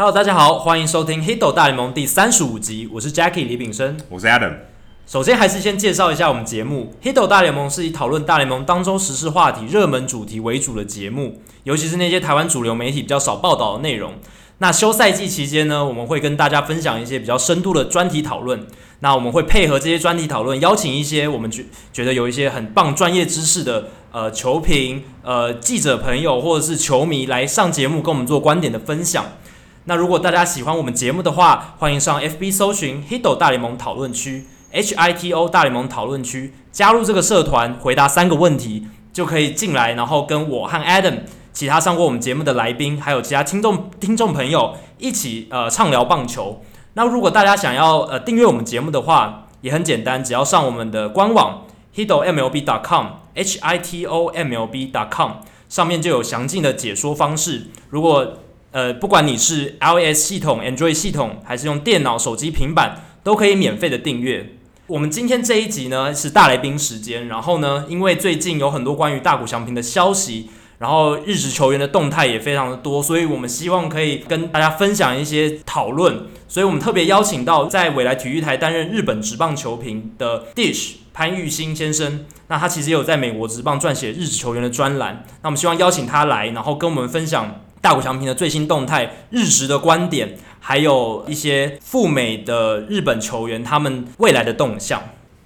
Hello， 大家好，欢迎收听《Hito 大联盟》第35集，我是 Jackie 李炳生， 我是 Adam。 首先还是先介绍一下我们节目，《Hito 大联盟》是以讨论大联盟当周时事话题、热门主题为主的节目，尤其是那些台湾主流媒体比较少报道的内容。那休赛季期间呢，我们会跟大家分享一些比较深度的专题讨论。那我们会配合这些专题讨论，邀请一些我们觉得有一些很棒专业知识的球评、记者朋友或者是球迷来上节目，跟我们做观点的分享。那如果大家喜欢我们节目的话，欢迎上 FB 搜寻 Hito 大联盟讨论区 HITO 大联盟讨论区，加入这个社团，回答3个问题就可以进来，然后跟我和 Adam、其他上过我们节目的来宾，还有其他听众朋友一起畅聊棒球。那如果大家想要订阅我们节目的话，也很简单，只要上我们的官网 hitomlb.com hitomlb.com 上面就有详尽的解说方式。如果不管你是 iOS 系统、Android 系统，还是用电脑、手机、平板，都可以免费的订阅。我们今天这一集呢是大来宾时间，然后呢，因为最近有很多关于大谷翔平的消息，然后日职球员的动态也非常的多，所以我们希望可以跟大家分享一些讨论。所以我们特别邀请到在未来体育台担任日本职棒球评的 Dish 潘玉兴先生，那他其实也有在美国职棒撰写日职球员的专栏。那我们希望邀请他来，然后跟我们分享大谷翔平的最新动态、日职的观点，还有一些赴美的日本球员他们未来的动向。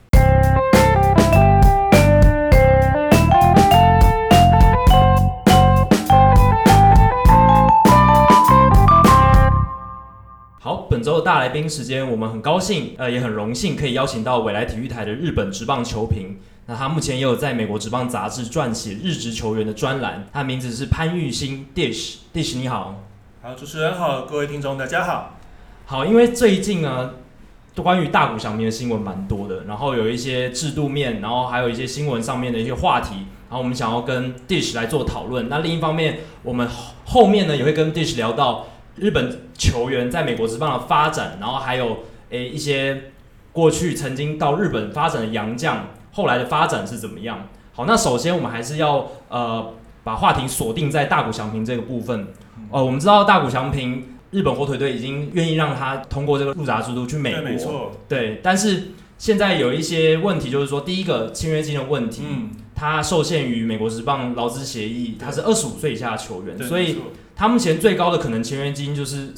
好，本周的大来宾时间，我们很高兴，也很荣幸可以邀请到未来体育台的日本职棒球评。那他目前也有在美国职棒杂志撰写日职球员的专栏，他的名字是潘玉兴 Dish 你好。 好，主持人好，各位听众大家好。 好，因为最近呢，关于大谷翔平的新闻蛮多的，然后有一些制度面，然后还有一些新闻上面的一些话题，然后我们想要跟 Dish 来做讨论。那另一方面，我们后面呢也会跟 Dish 聊到日本球员在美国职棒的发展，然后还有一些过去曾经到日本发展的洋将，后来的发展是怎么样？好，那首先我们还是要把话题锁定在大谷翔平这个部分。我们知道大谷翔平，日本火腿队已经愿意让他通过这个入闸制度去美国， 对，没错， 对。但是现在有一些问题，就是说，第一个签约金的问题，他受限于美国职棒劳资协议，他是25岁以下的球员，所以他目前最高的可能签约金就是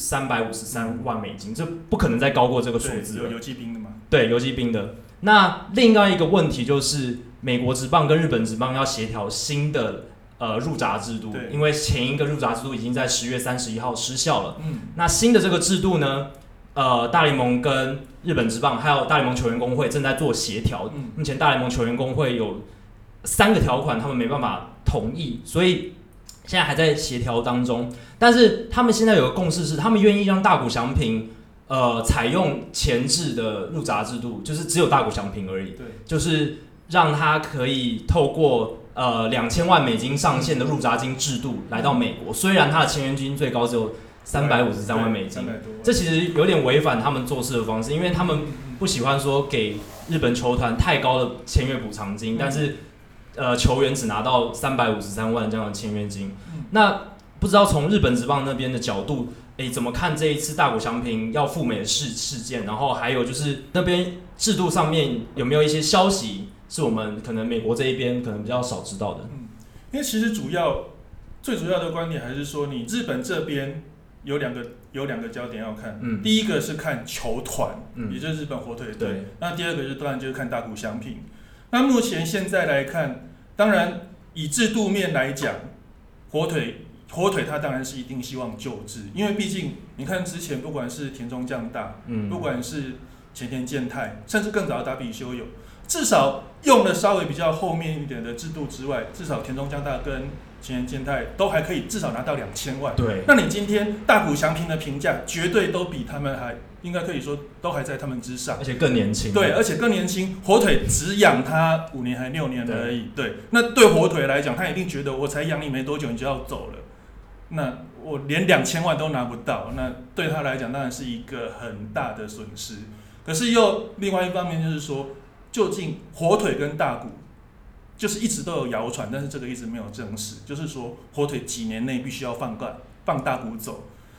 353万美金，这不可能再高过这个数字了。 有游击兵的嘛？ 对，游击兵的。那另外一个问题就是，美国职棒跟日本职棒要协调新的入闸制度，因为前一个入闸制度已经在10月31号失效了。那新的这个制度呢，大联盟跟日本职棒还有大联盟球员工会正在做协调。目前大联盟球员工会有3个条款，他们没办法同意，所以现在还在协调当中。但是他们现在有个共识是，他们愿意让大谷翔平采用前置的入闸制度，就是只有大谷翔平而已，对，就是让他可以透过2000万美金上限的入闸金制度来到美国。虽然他的签约金最高只有353万美金，这其实有点违反他们做事的方式，因为他们不喜欢说给日本球团太高的签约补偿金，但是球员只拿到353万这样的签约金。那不知道从日本职棒那边的角度，怎么看这一次大谷翔平要赴美的事件？然后还有就是那边制度上面有没有一些消息是我们可能美国这一边可能比较少知道的？ 因为其实最主要的观点还是说，你日本这边有两个焦点要看。第一个是看球团，也就是日本火腿队。那第二个当然就是看大谷翔平。那目前现在来看，当然以制度面来讲，火腿他当然是一定希望救治，因为毕竟你看之前不管是田中将大，不管是前田健太，甚至更早的达比修有，至少用了稍微比较后面一点的制度之外，至少田中将大跟前田健太都还可以至少拿到2000万。对，那你今天大谷翔平的评价绝对都比他们还应该可以说都还在他们之上， 而且更年轻。 对，而且更年轻，火腿只养他5年还6年而已。对，那对火腿来讲，他一定觉得我才养你没多久你就要走了。那我连2000万都拿不到，那对他来讲当然是一个很大的损失。可是又另外一方面就是说，究竟火腿跟大谷就是一直都有谣传，但是这个一直没有证实，就是说火腿几年内必须要放大谷走。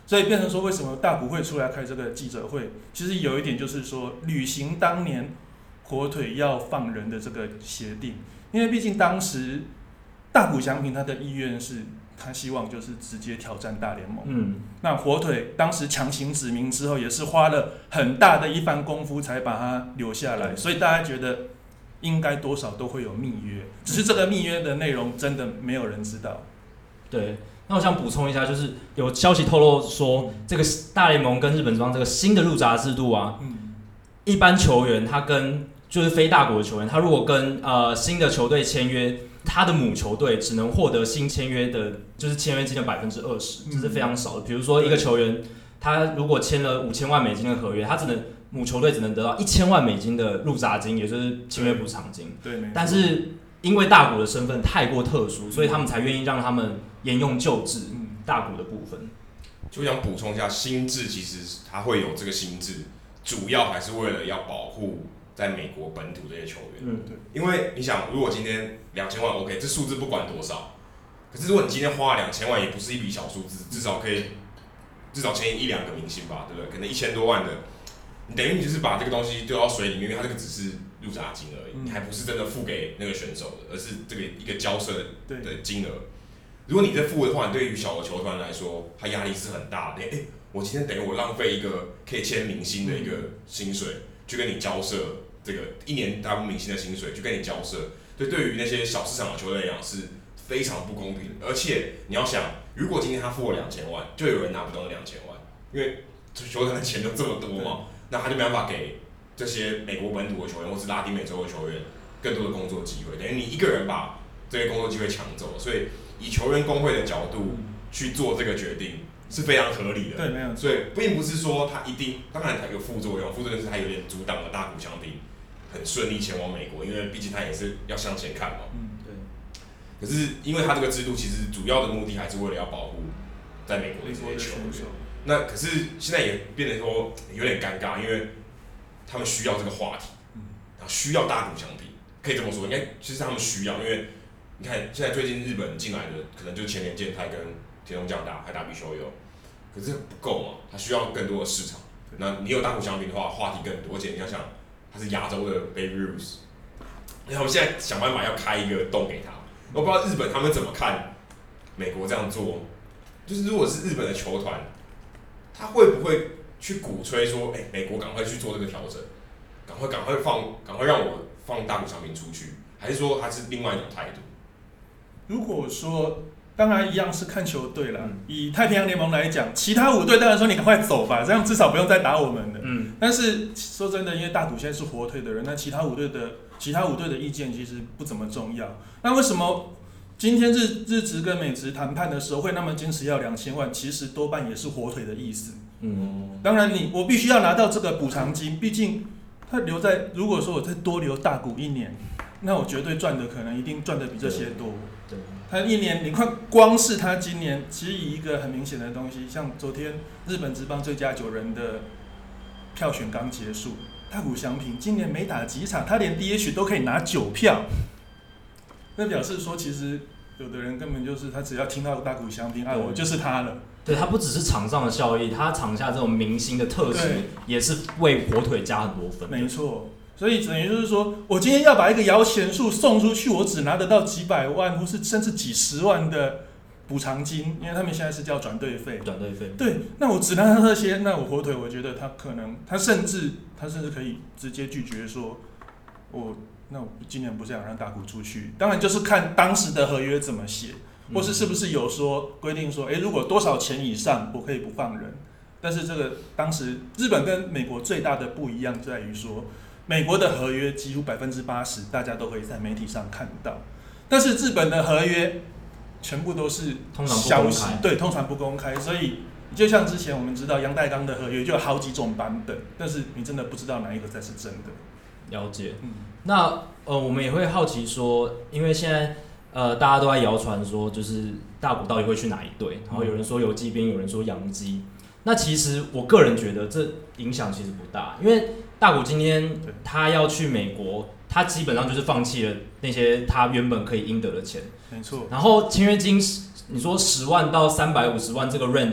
所以变成说为什么大谷会出来开这个记者会，其实有一点就是说履行当年火腿要放人的这个协定，因为毕竟当时大谷翔平他的意愿是他希望就是直接挑战大联盟，那火腿当时强行指名之后，也是花了很大的一番功夫才把他留下来，所以大家觉得应该多少都会有密约，只是这个密约的内容真的没有人知道。 对，那我想补充一下，就是有消息透露说，这个大联盟跟日本职棒这个新的入闸制度啊，一般球员他跟就是非大国的球员，他如果跟新的球队签约，他的母球队只能获得新签约的，就是签约金的20%，这是非常少的。比如说一个球员，他如果签了5000万美金的合约，他母球队只能得到1000万美金的入闸金，也就是签约补偿金。 对， 但是因为大谷的身份太过特殊，所以他们才愿意让他们沿用旧制大谷的部分。 就想补充一下，新制其实它会有这个新制，主要还是为了要保护在美国本土这些球员。 对。 因为你想，如果今天2000万 OK， 这数字不管多少，可是如果你今天花了2000万，也不是一笔小数字，至少签1-2个明星吧，对不对？可能1000多万的，你等于你就是把这个东西丢到水里面，因为它这个只是入闸金而已，你还不是真的付给那个选手的，而是这个一个交涉的金额。如果你在付的话，你对于小的球团来说，它压力是很大的。我今天等于我浪费一个可以签明星的一个薪水，去跟你交涉这个1年大部明星的薪水，去跟你交涉，对于那些小市场的球队来讲是非常不公平的。而且你要想，如果今天他付了2000万，就有人拿不到那2000万，因为球团的钱就这么多嘛，那他就没办法给这些美国本土的球员或是拉丁美洲的球员更多的工作机会，等于你一个人把这些工作机会抢走了。所以以球员工会的角度去做这个决定是非常合理的。 对，没有错。 所以并不是说他一定，当然它有副作用，副作用是他有点阻挡了大谷翔平很顺利前往美国，因为毕竟他也是要向前看嘛。 对。 可是因为他这个制度其实主要的目的还是为了要保护在美国的这些球员。那可是现在也变得说有点尴尬，因为他们需要这个话题，然后需要大谷翔平，可以这么说，应该其实他们需要，因为你看现在最近日本进来的可能就是前田健太跟田中将大还打比修友，可是不够嘛，他需要更多的市场。那你有大谷翔平的话，话题更多，而且你要想他是亚洲的 Babe Ruth， 然后现在想办法要开一个洞给他。我不知道日本他们怎么看美国这样做，就是如果是日本的球团，他会不会去鼓吹说，美国赶快去做这个调整，赶快让我放大谷翔平出去，还是说还是另外一种态度？ 如果说，当然一样是看球队啦。以太平洋联盟来讲，其他5队当然说你赶快走吧，这样至少不用再打我们了。但是说真的，因为大谷现在是火腿的人，那其他5队的意见其实不怎么重要。那为什么今天日职跟美职谈判的时候会那么坚持要2000万？其实多半也是火腿的意思。当然我必须要拿到这个补偿金，毕竟他如果说我再多留大谷1年，那我绝对赚的可能一定赚的比这些多。 对， 他1年，你看光是他今年，其实以一个很明显的东西，像昨天日本职棒最佳9人的票选刚结束，大谷翔平今年没打几场，他连 DH 都可以拿9票，那表示说，其实有的人根本就是他只要听到大谷翔平，我就是他了。 对，他不只是场上的效益，他场下这种明星的特质也是为火腿加很多分。 没错。所以等于就是说，我今天要把一个摇钱树送出去，我只拿得到几百万，或是甚至几十万的补偿金，因为他们现在是叫转队费。对，那我只拿到这些，那我火腿，我觉得他甚至可以直接拒绝说，那我今年不是想让大谷出去，当然就是看当时的合约怎么写，或是不是有说规定说，如果多少钱以上，我可以不放人。但是这个当时日本跟美国最大的不一样在于说，美国的合约几乎80%大家都可以在媒体上看到，但是日本的合约全部都是消息，对，通常不公开。所以就像之前我们知道杨代刚的合约就有好几种版本，但是你真的不知道哪一个才是真的。 了解。那我们也会好奇说，因为现在大家都在谣传说，就是大谷到底会去哪一队？然后有人说游击兵，有人说洋基。那其实我个人觉得这影响其实不大，因为大谷今天他要去美国，他基本上就是放弃了那些他原本可以应得的钱。 没错。 然后签约金，你说10万到350万这个 range，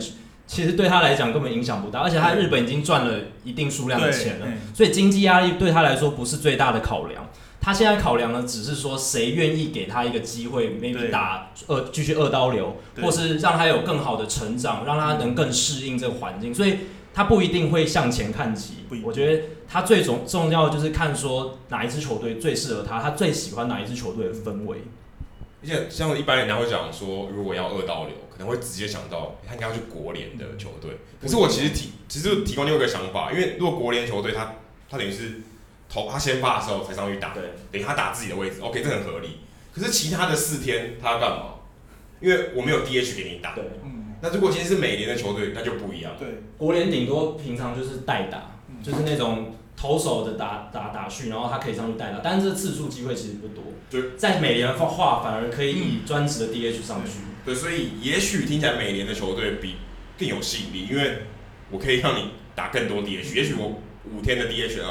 其实对他来讲根本影响不大，而且他日本已经赚了一定数量的钱了，所以经济压力对他来说不是最大的考量。他现在考量的只是说谁愿意给他一个机会 ，maybe 继续2刀流，或是让他有更好的成长，让他能更适应这个环境。所以他不一定会向前看齐。我觉得他最重要的就是看说哪一支球队最适合他，他最喜欢哪一支球队的氛围。 而且像一般人家会讲说，如果要2刀流，可能会直接想到他应该要去国联的球队。可是我其实提供另外一个想法，因为如果国联球队他等于是他先发的时候才上去打，等于他打自己的位置 ，OK， 这很合理。可是其他的4天他要干嘛？因为我没有 DH 给你打。对，那如果今天是美联的球队，那就不一样。 对， 国联顶多平常就是代打，就是那种投手的打序，然后他可以上去代打，但是这次数机会其实不多。就在美联的话，反而可以以专职的 DH 上去。 对，所以也许听起来美联的球队更有吸引力，因为我可以让你打更多 DH。也许我5天的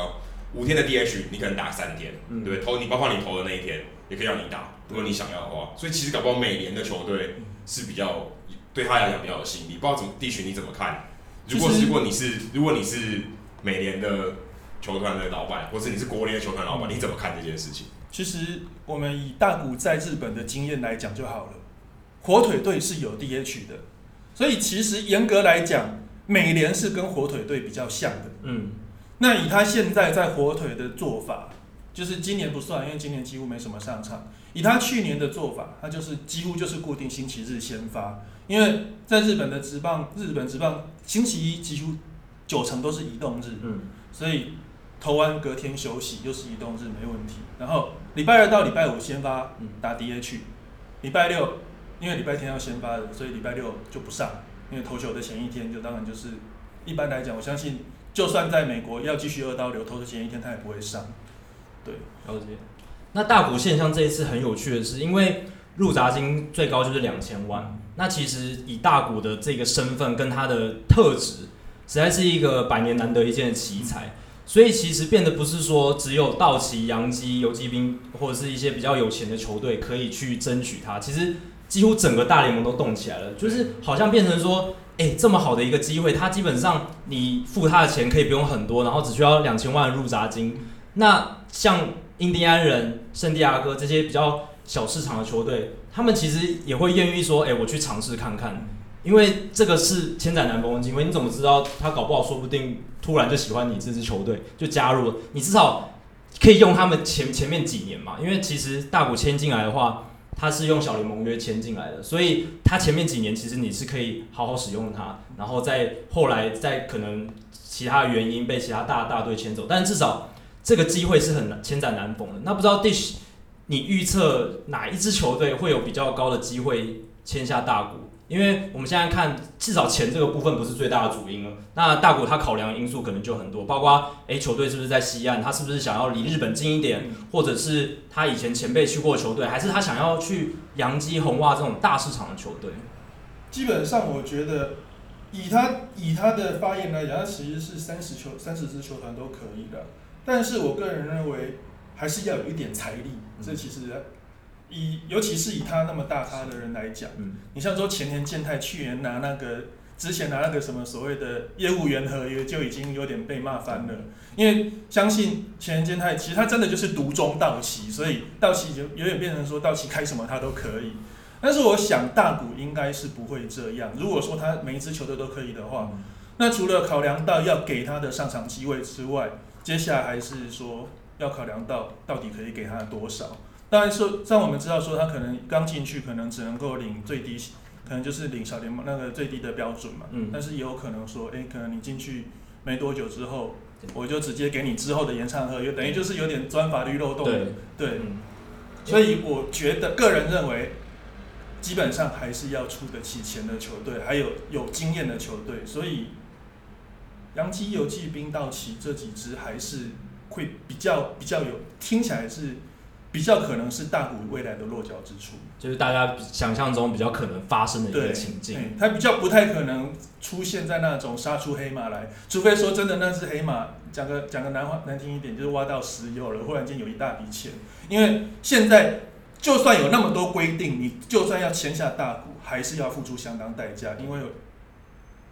DH 你可能打3天，对不对？你包括你投的那一天，也可以让你打，如果你想要的话。所以其实搞不好美联的球队是比较对他来讲比较有吸引力。不知道地群你怎么看？如果你是美联的球团的老板，或是你是国联的球团老板，你怎么看这件事情？ 其实我们以大谷在日本的经验来讲就好了。火腿队是有 DH 的，所以其实严格来讲，美联是跟火腿队比较像的。那以他现在在火腿的做法，就是今年不算，因为今年几乎没什么上场。以他去年的做法，他就是几乎就是固定星期日先发，因为在日本职棒星期一几乎90%都是移动日，所以投完隔天休息又是移动日没问题。然后礼拜2到礼拜5先发打 DH， 礼拜6因为礼拜天要先发的，所以礼拜6就不上，因为投球的前一天就当然就是一般来讲，我相信就算在美国要继续2刀流，投的前一天他也不会上。对， 了解。那大谷现象这一次很有趣的是，因为入闸金最高就是2000万，那其实以大谷的这个身份跟他的特质，实在是一个百年难得一见的奇才。所以其实变得不是说只有道奇、洋基、游击兵或者是一些比较有钱的球队可以去争取他，其实几乎整个大联盟都动起来了，就是好像变成说，这么好的一个机会，他基本上你付他的钱可以不用很多，然后只需要2000万的入闸金。那像印第安人、圣地亚哥这些比较小市场的球队，他们其实也会愿意说，我去尝试看看，因为这个是千载难逢的机会。你怎么知道他搞不好说不定突然就喜欢你这支球队就加入了？你至少可以用他们前面几年嘛，因为其实大谷签进来的话，他是用小联盟约签进来的，所以他前面几年其实你是可以好好使用他，然后再后来再可能其他的原因被其他大队签走，但至少这个机会是很千载难逢的。那不知道 Dish 你预测哪一支球队会有比较高的机会签下大谷？因为我们现在看，至少钱这个部分不是最大的主因了。那大谷他考量的因素可能就很多，包括球队是不是在西岸，他是不是想要离日本近一点，或者是他以前前辈去过的球队，还是他想要去洋基、红袜这种大市场的球队。 基本上我觉得以他的发言来讲，他其实是30支球团都可以的。但是我个人认为还是要有一点财力，这其实尤其是以他那么大咖的人来讲，你像说前年健太去年之前拿那个什么所谓的业务员合约，就已经有点被骂翻了。因为相信前年健太其实他真的就是独中道奇，所以道奇就有点变成说道奇开什么他都可以。但是我想大谷应该是不会这样。如果说他每一支球队都可以的话，那除了考量到要给他的上场机会之外，接下来还是说要考量到底可以给他多少。当然说，像我们知道说他可能刚进去，可能只能够领最低，可能就是领小联盟那个最低的标准嘛。但是也有可能说，可能你进去没多久之后，我就直接给你之后的延长合约，等于就是有点钻法律漏洞。对。所以我觉得，个人认为，基本上还是要出得起钱的球队，还有经验的球队。所以，洋基、游骑兵、道奇这几支还是会比较有，听起来是比较可能是大谷未来的落脚之处， 就是大家想象中比较可能发生的一个情境。 它比较不太可能出现在那种杀出黑马来，除非说真的那只黑马，讲个难听一点，就是挖到石油了，忽然间有一大笔钱。因为现在就算有那么多规定，你就算要签下大谷，还是要付出相当代价，因为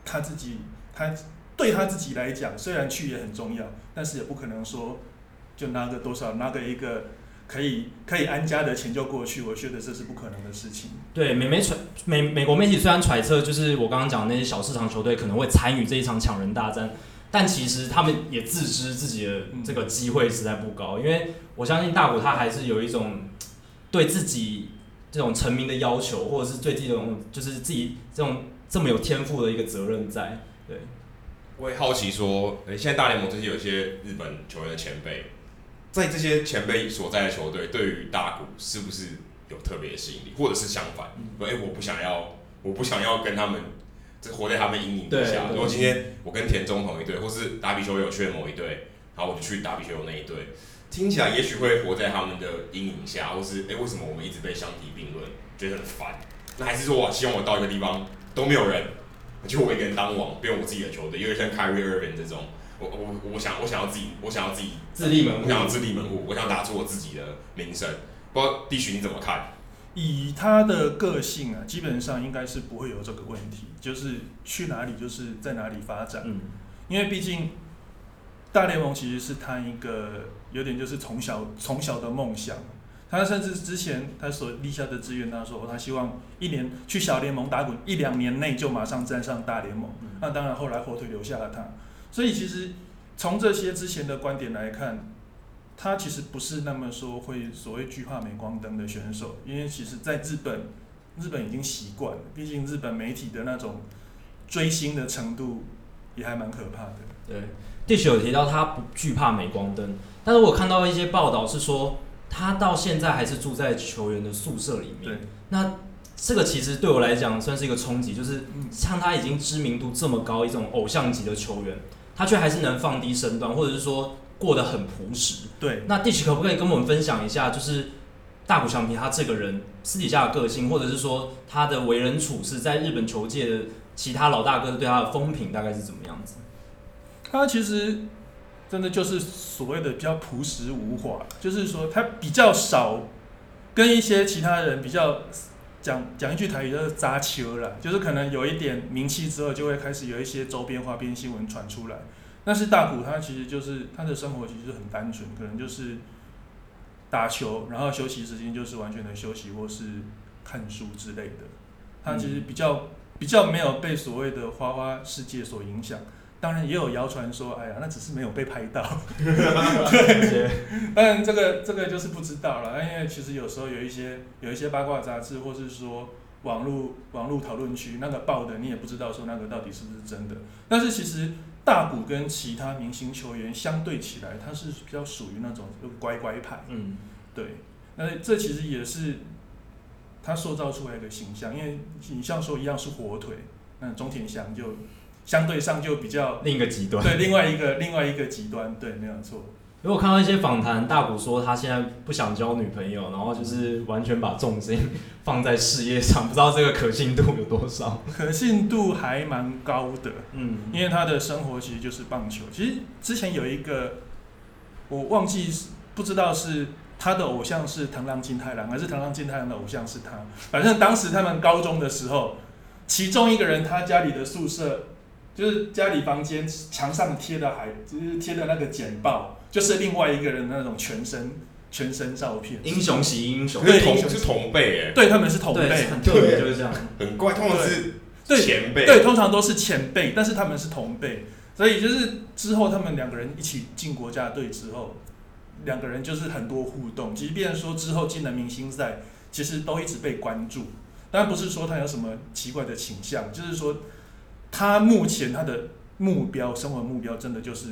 他对他自己来讲，虽然去也很重要，但是也不可能说就拿个一个可以安家的钱就过去，我觉得这是不可能的事情。 对，美国媒体虽然揣测，就是我刚刚讲的那些小市场球队可能会参与这一场抢人大战，但其实他们也自知自己的这个机会实在不高，因为我相信大谷他还是有一种对自己这种成名的要求，或者是对这种就是自己这么有天赋的一个责任在。对， 我也好奇说，现在大联盟这些有一些日本球员的前辈，在这些前辈所在的球队，对于大谷是不是有特别的吸引力，或者是相反，我不想要跟他们活在他们阴影底下。如果今天我跟田中同一队，或是达比修有去的某一队，然后我就去达比修有那一队，听起来也许会活在他们的阴影下，或是为什么我们一直被相提并论，觉得很烦？那还是说我希望我到一个地方都没有人，就我一个人当王，变我自己的球队，有点像 Kyrie Irving 这种。我想要自己自立门户， 我想要自立门户，我想打出我自己的名声。不知道地许你怎么看？ 以他的个性啊，基本上应该是不会有这个问题，就是去哪里就是在哪里发展。因为毕竟大联盟其实是他一个有点就是从小的梦想。他甚至之前他所立下的志愿，他说他希望1年去小联盟打滚，1-2年内就马上站上大联盟。那当然后来火腿留下了他，所以其实从这些之前的观点来看，他其实不是那么说会所谓惧怕镁光灯的选手，因为其实在日本已经习惯了，毕竟日本媒体的那种追星的程度也还蛮可怕的。 对，Dish有提到他不惧怕镁光灯，但是我看到一些报道是说，他到现在还是住在球员的宿舍里面。 对， 那这个其实对我来讲算是一个冲击，就是像他已经知名度这么高，一种偶像级的球员，他却还是能放低身段，或者是说过得很朴实。 对， 那 Dish 可不可以跟我们分享一下，就是大谷翔平他这个人私底下的个性，或者是说他的为人处事，在日本球界的其他老大哥对他的风评大概是怎么样子？ 他其实真的就是所谓的比较朴实无华，就是说他比较少跟一些其他人比较讲一句台语就是扎球啦，就是可能有一点名气之后，就会开始有一些周边花边新闻传出来。但是大谷他其实就是他的生活其实很单纯，可能就是打球，然后休息时间就是完全的休息或是看书之类的。他其实比较没有被所谓的花花世界所影响。当然也有谣传说，哎呀，那只是没有被拍到。对，当然这个就是不知道了，因为其实有时候有一些八卦杂志，或是说网络讨论区那个报的，你也不知道说那个到底是不是真的。但是其实大谷跟其他明星球员相对起来，他是比较属于那种乖乖派。对，那这其实也是他塑造出来的形象，因为你像说一样是火腿，那中田翔就相对上就比较另一个极端， 对，另外一个极端，对，没有错。 如果看到一些访谈，大谷说他现在不想交女朋友，然后就是完全把重心放在事业上，不知道这个可信度有多少？ 可信度还蛮高的，因为他的生活其实就是棒球。其实之前有一个我忘记，不知道是他的偶像是藤浪金太郎，还是藤浪金太郎的偶像是他。反正当时他们高中的时候，其中一个人他家里的宿舍。就是家里房间墙上贴的就是贴的那个简报，就是另外一个人那种全身照片。 英雄惜英雄， 对，是同辈哎， 对，他们是同辈， 很特别，就是这样， 很怪，通常是前辈， 对，通常都是前辈，但是他们是同辈，所以就是之后他们2个人一起进国家队之后，2个人就是很多互动，即便说之后进了明星赛，其实都一直被关注，当然不是说他有什么奇怪的倾向，就是说。他目前他的生活目标真的就是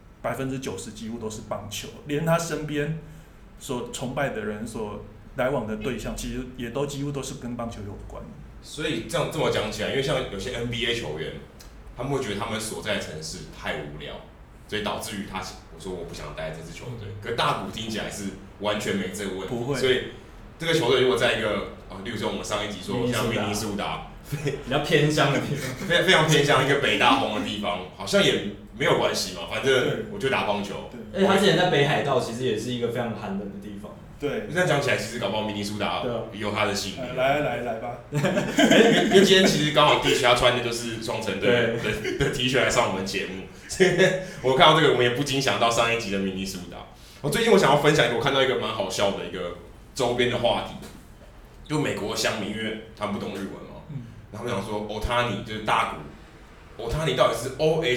90%几乎都是棒球，连他身边所崇拜的人、所来往的对象，其实也都几乎都是跟棒球有关。 所以这么讲起来，因为像有些 NBA 球员，他们会觉得他们所在的城市太无聊，所以导致于我说我不想待在这支球队。可大谷听起来是完全没这个问题， 不会。 所以这个球队如果在一个例如说我们上一集说像明尼苏达。 比较偏乡的地方， 非常偏向一个北大荒的地方，好像也没有关系嘛，反正我就打棒球。 而且他之前在北海道其实也是一个非常寒冷的地方。 对， 这样讲起来，其实搞不好明尼苏达有他的吸引力。 来吧。 因为今天其实刚好地区他穿的就是双城队的 T 恤来上我们节目，所以我看到这个，我们也不禁想到上一集的明尼苏达。最近我想要分享一个，我看到一个蛮好笑的一个周边的话题，就美国乡民，因为他们不懂日文嘛，然后他们想说 Ohtani 就是大谷。Ohtani 到底是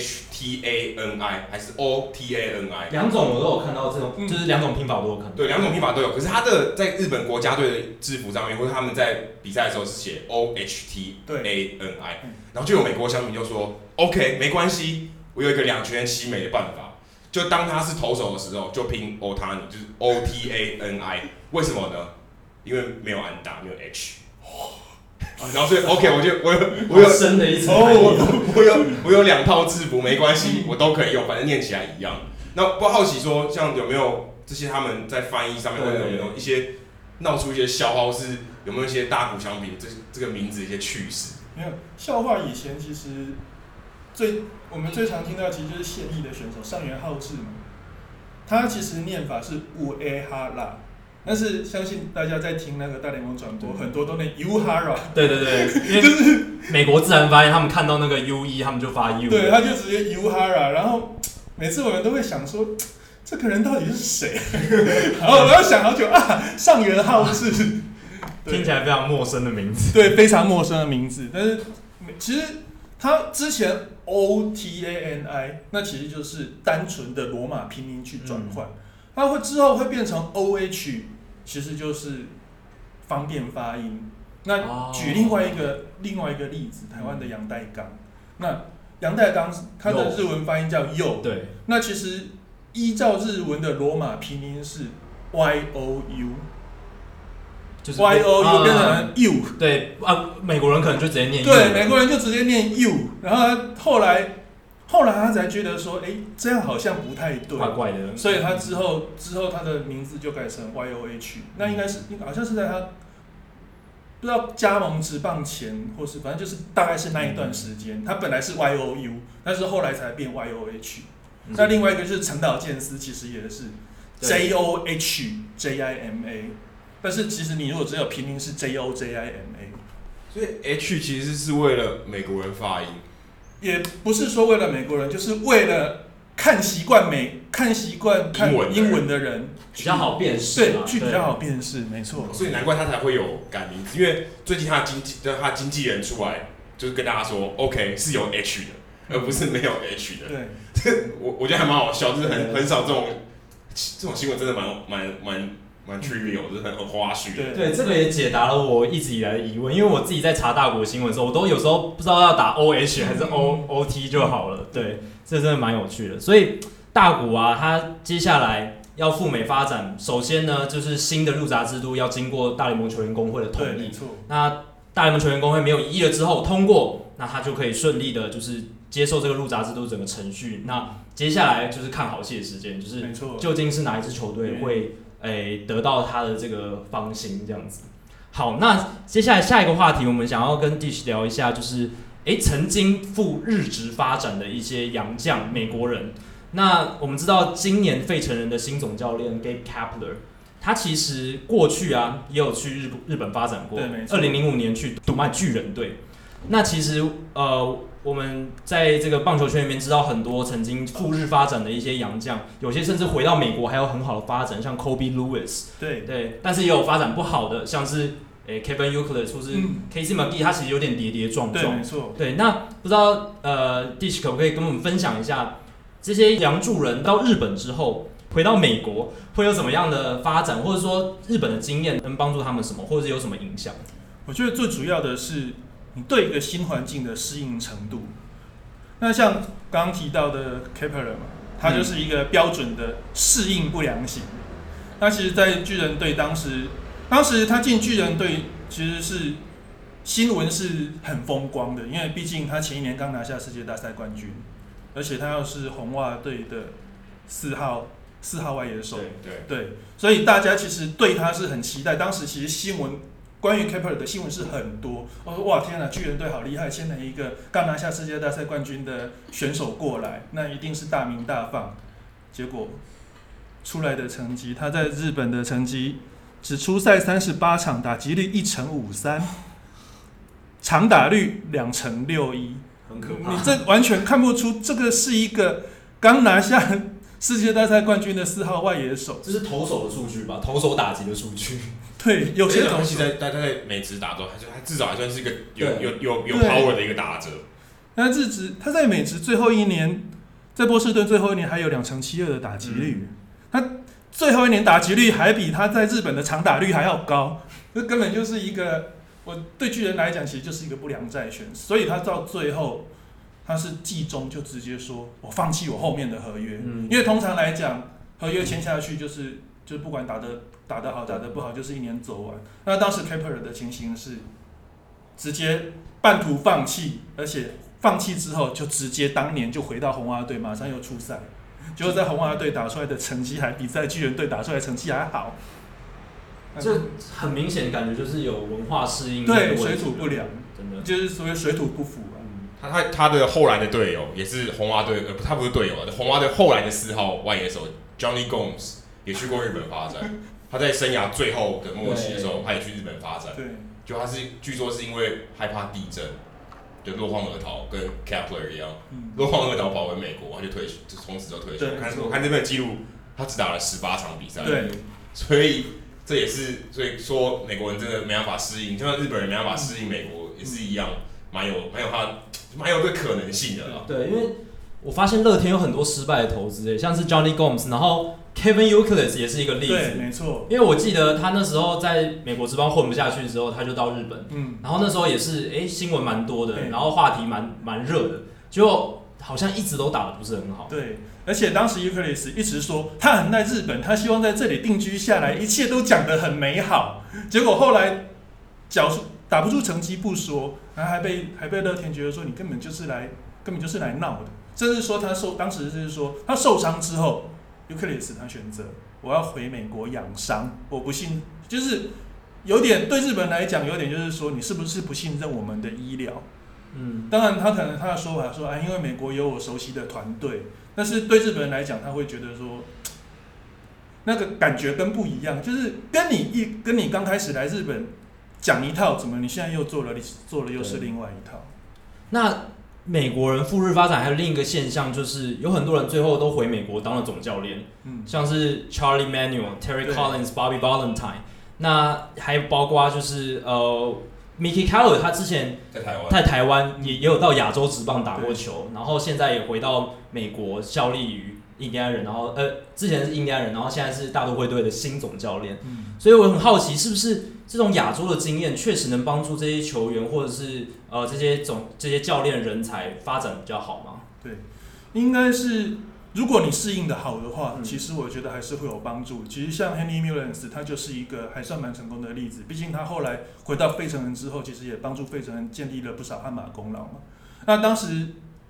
Ohtani 还是 Otani？ 两种我都有看到，这种就是两种拼法我都有看到。 对，两种拼法都有。可是他的在日本国家队的制服上面，或者他们在比赛的时候是写 Ohtani， 然后就有美国乡民就说 OK 没关系，我有一个两全其美的办法，就当他是投手的时候就拼 Ohtani， 就是 Otani。为什么呢？因为没有安打，没有 H。然后所以 OK， 我有深的一层， 我有2套制服，没关系，我都可以用，反正念起来一样。那不好奇说，像有没有这些他们在翻译上面，或者有没有一些闹出一些笑话，或是有没有一些大谷翔平这个名字的一些趣事？ 没有笑话，以前其实我们最常听到其实就是现役的选手上原浩治嘛，他其实念法是乌埃哈拉。但是相信大家在听那个大联盟转播，很多都念 Uhara。 对，因为就是美国自然发音，他们看到那个 U1，他们就发 U。 对，他就直接 Uhara。然后每次我们都会想说，这个人到底是谁？然后我要想好久啊，上原浩治， 听起来非常陌生的名字。 对，非常陌生的名字。但是其实他之前 Otani， 那其实就是单纯的罗马拼音去转换。它之后会变成 OH， 其实就是方便发音。那举另外一个例子，台湾的杨代刚。那杨代刚他的日文发音叫 Yo， 对。 那其实依照日文的罗马拼音是 YOU， 就是 YOU 变成 U。 对美国人可能就直接念 U。 对，美国人就直接念 U， 然后后来他才觉得说，这样好像不太对， 怪怪的。 所以他之后他的名字就改成 YOH。那应该是好像是在他不知道加盟职棒前，或是反正就是大概是那一段时间，他本来是 YOU， 但是后来才变 YOH。那另外一个就是长岛健司，其实也是 JOHJIMA， 但是其实你如果只有拼音是 JOJIMA， 所以 H 其实是为了美国人发音。 也不是说为了美国人，就是为了看习惯看英文的人比较好辨识， 对，比较好辨识，没错。 所以难怪他才会有改名字，因为最近他经纪人出来就是跟大家说 ，OK 是有 H 的，而不是没有 H 的。 对， 我觉得还蛮好笑，就是很少这种新闻，真的蛮 trivial， 就是很花絮。 对，这个也解答了我一直以来的疑问，因为我自己在查大谷的新闻的时候，我都有时候不知道要打 OH 还是 OT 就好了。对，这真的蛮有趣的。所以大谷啊，他接下来要赴美发展，首先呢，就是新的入闸制度要经过大联盟球员工会的同意。那大联盟球员工会没有异议了之后通过，那他就可以顺利的，就是接受这个入闸制度整个程序。那接下来就是看好戏的时间，就是究竟是哪一支球队会得到他的这个芳心这样子。好，那接下来下一个话题，我们想要跟 Dish 聊一下，就是曾经赴日职发展的一些洋将美国人。那我们知道今年费城人的新总教练 Gabe Kapler， 他其实过去啊也有去日本发展过，2005年去读卖巨人队。那其实我们在这个棒球圈里面知道很多曾经赴日发展的一些洋将，有些甚至回到美国还有很好的发展，像 Kobe Lewis， 对，但是也有发展不好的，像是Kevin Youkilis 或是 Casey McGee， 他其实有点跌跌撞撞。 对，没错。 对，那不知道Dish 可不可以跟我们分享一下，这些洋助人到日本之后回到美国会有什么样的发展，或者说日本的经验能帮助他们什么，或者是有什么影响？ 我觉得最主要的是你对一个新环境的适应程度。那像刚刚提到的 Kepler 嘛，他就是一个标准的适应不良型。那其实，在巨人队当时他进巨人队，其实是新闻是很风光的，因为毕竟他前一年刚拿下世界大赛冠军，而且他又是红袜队的4号外野手，对，所以大家其实对他是很期待。当时其实新闻关于 Kepler 的新闻是很多，我说哇天哪，巨人队好厉害，签了一个刚拿下世界大赛冠军的选手过来，那一定是大名大放。结果出来的成绩，他在日本的成绩只出赛38场，打击率1.53%，长打率2.61%， 很可怕。 你这完全看不出这个是一个刚拿下世界大赛冠军的4号外野手。 这是投手的数据吧？投手打击的数据。 对，有些东西在美职打中，他至少还算是一个有 power 的一个打者。 他在美职最后一年，在波士顿最后一年还有2.72%的打击率，他最后一年打击率还比他在日本的长打率还要高，这根本就是一个，我对巨人来讲其实就是一个不良债权，所以他到最后他是季中就直接说我放弃我后面的合约，因为通常来讲合约签下去就不管打得好打得不好就是1年走完。那当时 Kepler 的情形是直接半途放弃，而且放弃之后就直接当年就回到红袜队，马上又出赛，结果在红袜队打出来的成绩还比在巨人队打出来的成绩还好。 这很明显感觉就是有文化适应， 对，水土不良， 真的就是所谓水土不服他的后来的队友也是红袜队，他不是队友啊，红袜队后来的4号外野手 Johnny Gomes 也去过日本发展。他在生涯最后的末期的时候，他也去日本发展。 对， 就他是据说是因为害怕地震，就落荒而逃，跟 Kepler 一样，落荒而逃跑回美国，他就从此就退休。我看这边的记录，他只打了18场比赛。 对， 所以这也是所以说美国人真的没办法适应，就像日本人没办法适应美国也是一样，蛮有这个可能性的啦。 对，因为我发现乐天有很多失败的投资，像是 Johnny Gomes， 然后 Kevin Youkilis 也是一个例子。 对，没错。 因为我记得他那时候在美国职棒混不下去之后，他就到日本，然后那时候也是新闻蛮多的，然后话题蛮热的，结果好像一直都打得不是很好。 对，而且当时 Youkilis 一直说他很爱日本，他希望在这里定居下来，一切都讲得很美好，结果后来打不出成绩不说，然后还被乐天觉得说你根本就是来闹的，甚至说当时就是说他受伤之后。Youkilis 他选择我要回美国养伤，我不信，就是有点对日本人来讲，有点就是说你是不是不信任我们的医疗？当然他可能他的说法说因为美国有我熟悉的团队，但是对日本人来讲，他会觉得说那个感觉跟不一样，就是跟你刚开始来日本讲一套，怎么你现在又做了又是另外一套？ 那美国人赴日发展还有另一个现象，就是有很多人最后都回美国当了总教练，像是 Charlie Manuel、Terry Collins、Bobby Valentine， 那还包括就是Mickey Callaway， 他之前在台湾也有到亚洲职棒打过球，然后现在也回到美国效力于印第安人，然后之前是印第安人，然后现在是大都会队的新总教练，所以我很好奇，是不是这种亚洲的经验确实能帮助这些球员或者是这些教练人才发展比较好吗？ 对，应该是如果你适应的好的话，其实我觉得还是会有帮助。其实像 Henry Mullins， 他就是一个还算蛮成功的例子。毕竟他后来回到费城人之后，其实也帮助费城人建立了不少汗马功劳嘛。那当时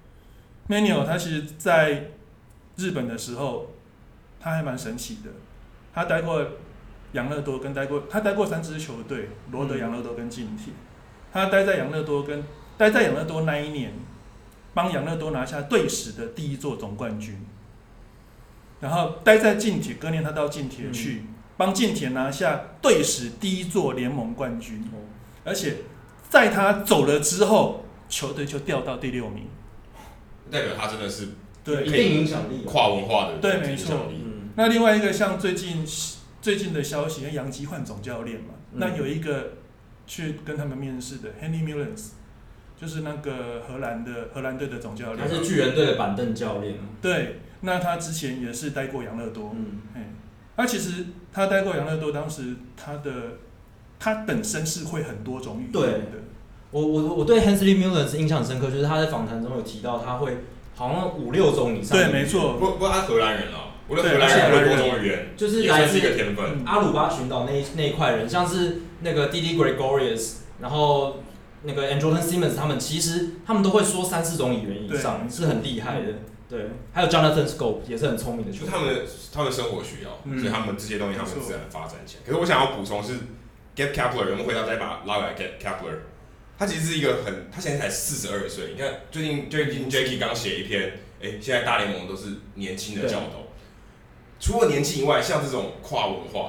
Manuel 他其实在日本的时候，他还蛮神奇的。他待过养乐多，他待过3支球队，罗德、养乐多跟近铁。他待在养乐多那一年，帮养乐多拿下队史的第1座总冠军。然后待在近铁，隔年他到近铁去，帮近铁拿下队史第1座联盟冠军。而且在他走了之后，球队就掉到第6名， 代表他真的是对一定影响力， 跨文化的对，没错。那另外一个像最近的消息，杨基换总教练嘛，那有一个去跟他们面试的 Henry Mullins， 就是那个荷兰队的总教练， 他是巨人队的板凳教练。 对，那他之前也是待过养乐多。他其实他待过养乐多，当时他本身是会很多种语言的。 我对 Henry Mullins 印象很深刻，就是他在访谈中有提到他会好像5-6种以上。 对，没错。 不过他荷兰人啊。我的荷兰人会多种语言， 就是来自一个天分。 阿鲁巴群岛那一块人，像是那个 Didi Gregorius， 然后那个 Andrelton Simmons， 他们都会说3-4种语言以上，是很厉害的。对，还有 Jonathan Schoop 也是很聪明的球员。 他们生活需要，所以他们这些东西他们自然发展起来。可是我想要补充是 Gabe Kapler， 我们回到再把拉回来 Gabe Kapler， 他其实是一个他现在才42岁。你看最近 Jackie 刚写一篇，现在大联盟都是年轻的教头。除了年轻以外，像这种跨文化的，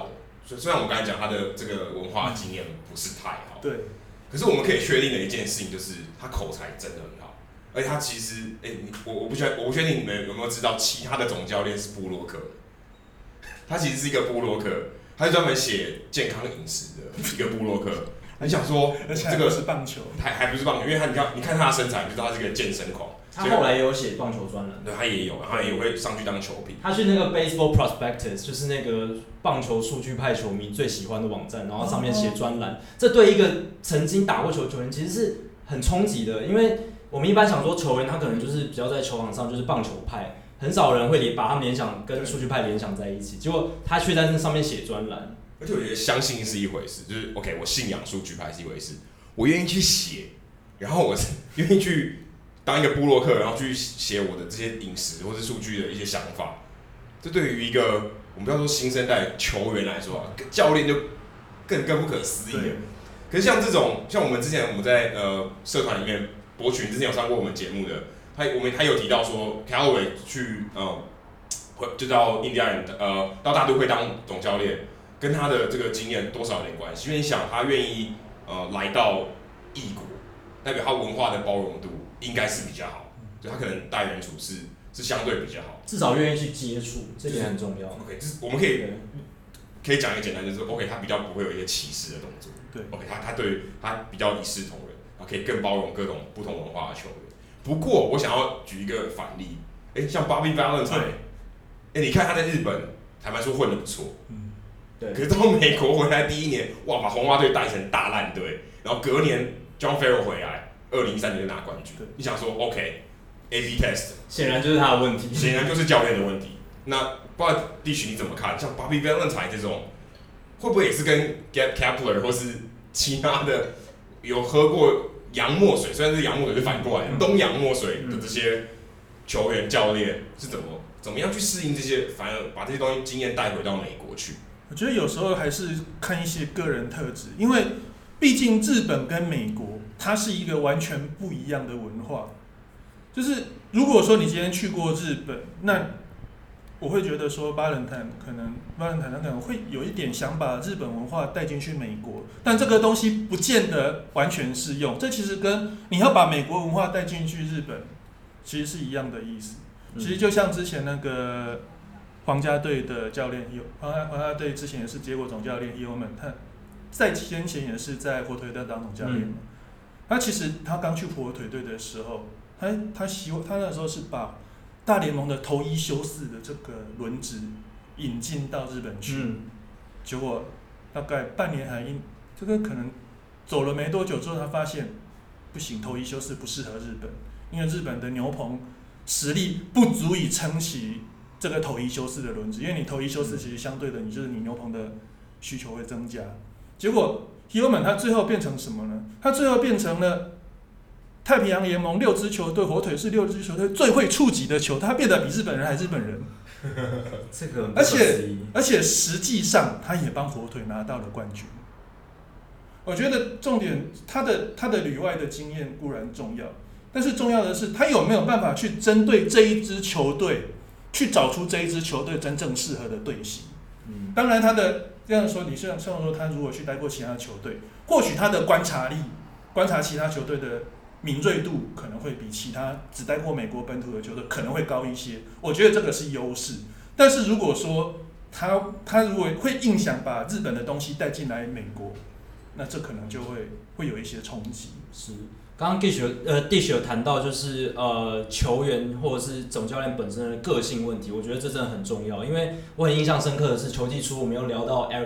虽然我刚才讲他的这个文化经验不是太好， 对， 可是我们可以确定的一件事情就是他口才真的很好，而且他其实，我不确定你们有没有知道，其他的总教练是部落客，他其实是一个部落客，他是专门写健康饮食的一个部落客。你想说，这个是棒球， 还不是棒球，因为你看他的身材，你就知道他是个健身狂。 他后来也有写棒球专栏， 对，他也有，他也会上去当球评。 他去那个 Baseball Prospectus， 就是那个棒球数据派球迷最喜欢的网站，然后上面写专栏。这对一个曾经打过球的球员其实是很冲击的，因为我们一般想说球员他可能就是比较在球场上就是棒球派，很少人会把他们联想跟数据派联想在一起，结果他却在那上面写专栏。 而且我觉得相信是一回事，就是 OK， 我信仰数据派是一回事，我愿意去写，然后我愿意去当一个部落客，然后去写我的这些饮食或是数据的一些想法。这对于一个我们不要说新生代球员来说啊，教练就更不可思议了。可是像这种，像我们之前我们在社团里面，博群之前有上过我们节目的，他有提到说 Callaway 去就到印第安人到大都会当总教练。跟他的这个经验多少有点关系，因为你想他愿意来到异国，代表他文化的包容度应该是比较好，就他可能待人处事是相对比较好， 至少愿意去接触，这点很重要。 OK， 就是我们可以讲一个简单，就是 OK， 他比较不会有一些歧视的动作， 对 ，OK， 他对他比较一视同仁，然后可以更包容各种不同文化的球员。不过我想要举一个反例，像 Bobby Valentine， 你看他在日本坦白说混得不错，可是到美国回来第一年，哇，把红袜队带成大烂队，然后隔年 John Farrell 回来，2013年就拿冠军。你想说 OK，A/B test， 显然就是他的问题， 显然就是教练的问题。那不知道地许你怎么看？像 Bobby Valentine 这种，会不会也是跟 Gabe Kapler 或是其他的有喝过洋墨水，虽然是洋墨水是反过来的，东洋墨水的这些球员教练是怎么样去适应这些，反而把这些东西经验带回到美国去？ 我觉得有时候还是看一些个人特质，因为毕竟日本跟美国它是一个完全不一样的文化。就是如果说你今天去过日本，那我会觉得说巴伦坦可能会有一点想把日本文化带进去美国，但这个东西不见得完全适用。这其实跟你要把美国文化带进去日本其实是一样的意思。其实就像之前那个皇家队的教练，皇家队之前也是结果总教练 Yeoman， 他在先前也是在火腿队当总教练嘛。他其实他刚去火腿队的时候，他那时候是把大联盟的投一休四的这个轮值引进到日本去，结果大概半年这个可能走了没多久之后，他发现不行，投一休四不适合日本，因为日本的牛棚实力不足以撑起这个投一休四的轮值，因为你投一休四其实相对的，就是你牛棚的需求会增加。结果 Hillman 他最后变成什么呢？他最后变成了太平洋联盟6支球队，火腿是6支球队最会触及的球，他变得比日本人还日本人。 这个而且实际上他也帮火腿拿到了冠军。我觉得重点，他的旅外的经验固然重要，但是重要的是他有没有办法去针对这一支球队，去找出这一支球队真正适合的队形。当然他的这样说，你像说他如果去待过其他球队，或许他的观察力、观察其他球队的敏锐度可能会比其他只待过美国本土的球队可能会高一些。我觉得这个是优势。但是如果说他如果会硬想把日本的东西带进来美国，那这可能就会有一些冲击。 是，刚刚 Dish 有谈到就是球员或者是总教练本身的个性问题，我觉得这真的很重要，因为我很印象深刻的是球季初我们有聊到 Eric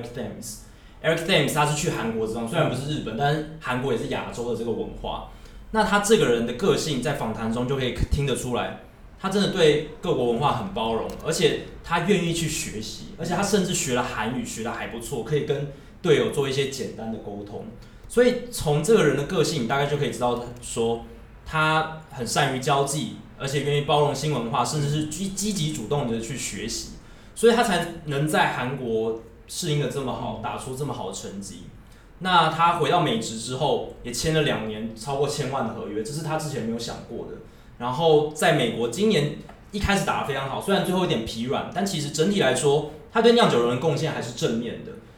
Thames 他是去韩国职棒，虽然不是日本，但是韩国也是亚洲的这个文化。那他这个人的个性在访谈中就可以听得出来，他真的对各国文化很包容，而且他愿意去学习，而且他甚至学了韩语，学得还不错，可以跟队友做一些简单的沟通。所以从这个人的个性，你大概就可以知道说他很善于交际，而且愿意包容新文化，甚至是积极主动的去学习，所以他才能在韩国适应的这么好，打出这么好的成绩。那他回到美职之后，也签了2年超过1000万的合约，这是他之前没有想过的。然后在美国今年一开始打得非常好，虽然最后有点疲软，但其实整体来说，他对酿酒人的贡献还是正面的。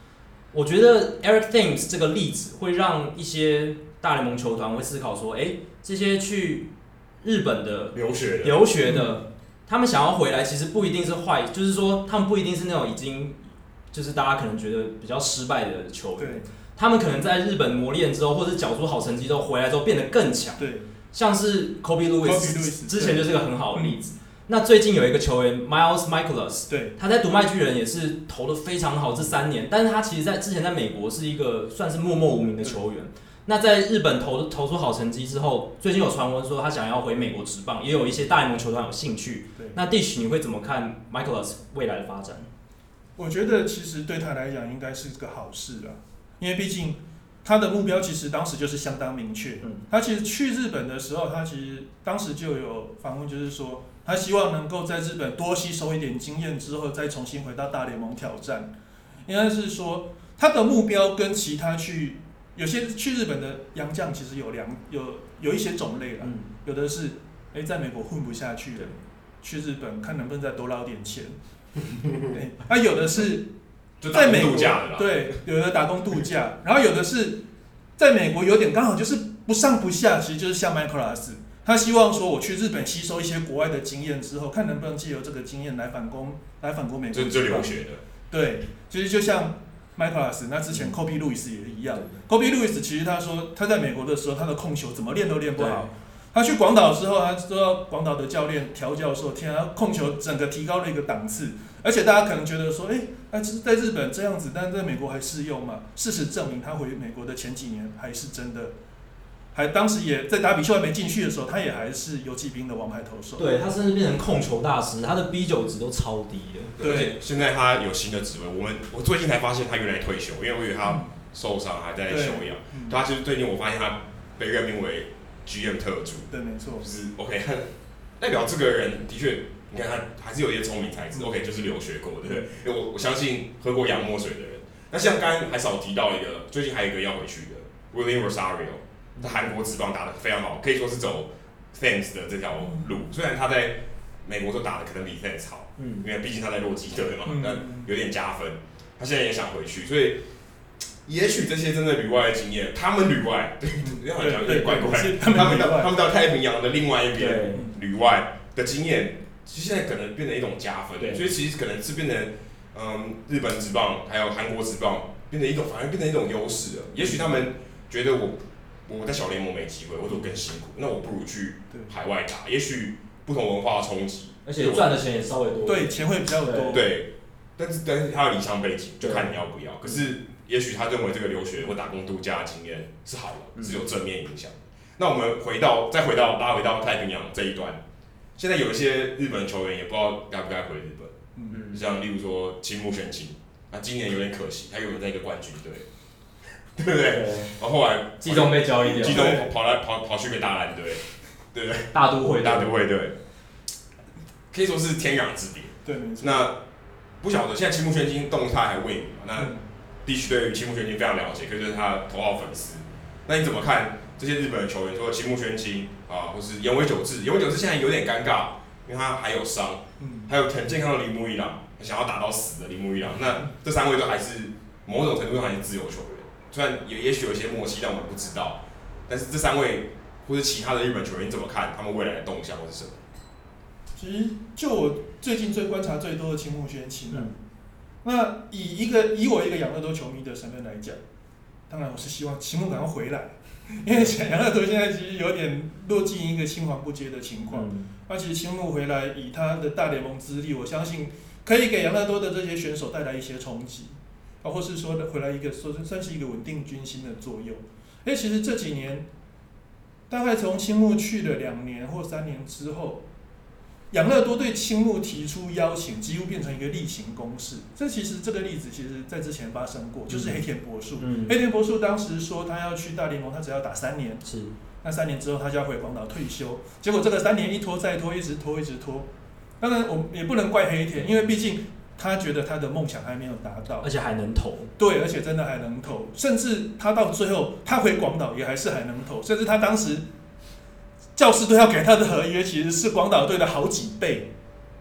我觉得 Eric Thames 这个例子会让一些大联盟球团会思考说，这些去日本的留学的，他们想要回来，其实不一定是坏，就是说他们不一定是那种已经就是大家可能觉得比较失败的球员，他们可能在日本磨练之后，或者缴出好成绩之后，回来之后变得更强。 对， 像是 Kobe Lewis 之前就是个很好的例子。那最近有一个球员 Miles Mikolas， 对， 他在读卖巨人也是投得非常好，这3年，但是他其实之前在美国是一个算是默默无名的球员。那在日本投出好成绩之后，最近有传闻说他想要回美国职棒，也有一些大联盟球团有兴趣。那 Dish 你会怎么看 Mikolas 未来的发展？ 我觉得其实对他来讲应该是个好事啦，因为毕竟他的目标其实当时就是相当明确。他其实去日本的时候，他其实当时就有访问，就是说他希望能够在日本多吸收一点经验之后，再重新回到大联盟挑战。应该是说他的目标跟其他有些去日本的洋将其实有一些种类啦，有的是在美国混不下去了，去日本看能不能再多捞点钱。有的是在美国对，有的打工度假，然后有的是在美国有点刚好就是不上不下，其实就是像 Mikolas， 他希望说我去日本吸收一些国外的经验之后，看能不能借由这个经验来反攻美国。 就留学的。 对，其实就像 Mikolas， 那之前 Kobe Lewis 也一样。Kobe Lewis 其实他说他在美国的时候，他的控球怎么练都练不好。他去广岛之后，他知道广岛的教练调教说，天啊，控球整个提高了一个档次。而且大家可能觉得说，在日本这样子，但在美国还适用吗？事实证明，他回美国的前几年还是真的，当时也在打比秀还没进去的时候，他也还是游骑兵的王牌投手。 对，他甚至变成控球大师，他的 B9值都超低的。 对，现在他有新的职位，我最近才发现他原来退休，因为我以为他受伤还在休养。他就是最近我发现他被任命为 GM 特助。 对，没错。 就是 OK， 代表这个人的确。你看他还是有一些聪明才智 ，OK， 就是留学过，对不对？因为我相信喝过洋墨水的人。那像刚刚还少提到一个，最近还有一个要回去的 William Rosario， 在韩国职棒打得非常好，可以说是走 Thames 的这条路。虽然他在美国都打得可能比 Thames 好，因为毕竟他在洛基队嘛，但有点加分。他现在也想回去，所以也许这些真的旅外的经验，他们旅外，对，这样讲有点怪怪。他们到太平洋的另外一边旅外的经验。其实现在可能变成一种加分，所以其实可能是变成，日本职棒还有韩国职棒反而变成一种优势了。也许他们觉得我在小联盟没机会，我做更辛苦，那我不如去海外打。也许不同文化的冲击， 而且赚的钱也稍微多， 对，钱会比较多。 对，但是他有离乡背景，就看你要不要。可是也许他认为这个留学或打工度假的经验是好的，是有正面影响。那我们拉回到太平洋这一端。现在有一些日本球员也不知道该不该回日本，像例如说青木宣清，今年有点可惜，他原本在一个冠军队，对不对？然后后来季中被交易掉， 季中跑去给大篮队，对不对？ 大都会对，可以说是天壤之别。 对，没错。 那不晓得现在青木宣清动态还未明嘛？那地区对于青木宣清非常了解，可以说是他的头号粉丝。那你怎么看这些日本的球员，除了青木宣清或是岩尾久志现在有点尴尬，因为他还有伤，还有很健康的铃木一朗，想要打到死的铃木一朗。那这3位都还是某种程度上还是自由球员，虽然也许有一些默契，但我们不知道。但是这3位或是其他的日本球员，你怎么看他们未来的动向或是什么？ 其实就我最近观察最多的青木宣清那以我一个养乐多球迷的身份来讲，当然我是希望青木赶快回来。因为养乐多现在其实有点落进一个青黄不接的情况，而且青木回来以他的大联盟资历，我相信可以给养乐多的这些选手带来一些冲击，或是说回来算是一个稳定军心的作用。其实这几年，大概从青木去了2年或3年之后，养乐多对青木提出邀请，几乎变成一个例行公事。其实这个例子，其实在之前发生过，就是黑田博树。黑田博树当时说他要去大联盟，他只要打3年。 是。 那3年之后，他就要回广岛退休。结果这个3年一拖再拖，一直拖。当然，我也不能怪黑田，因为毕竟他觉得他的梦想还没有达到， 而且还能投。 对，而且真的还能投，甚至他到最后，他回广岛也还是还能投，甚至他当时。教士队要给他的合约其实是广岛队的好几倍，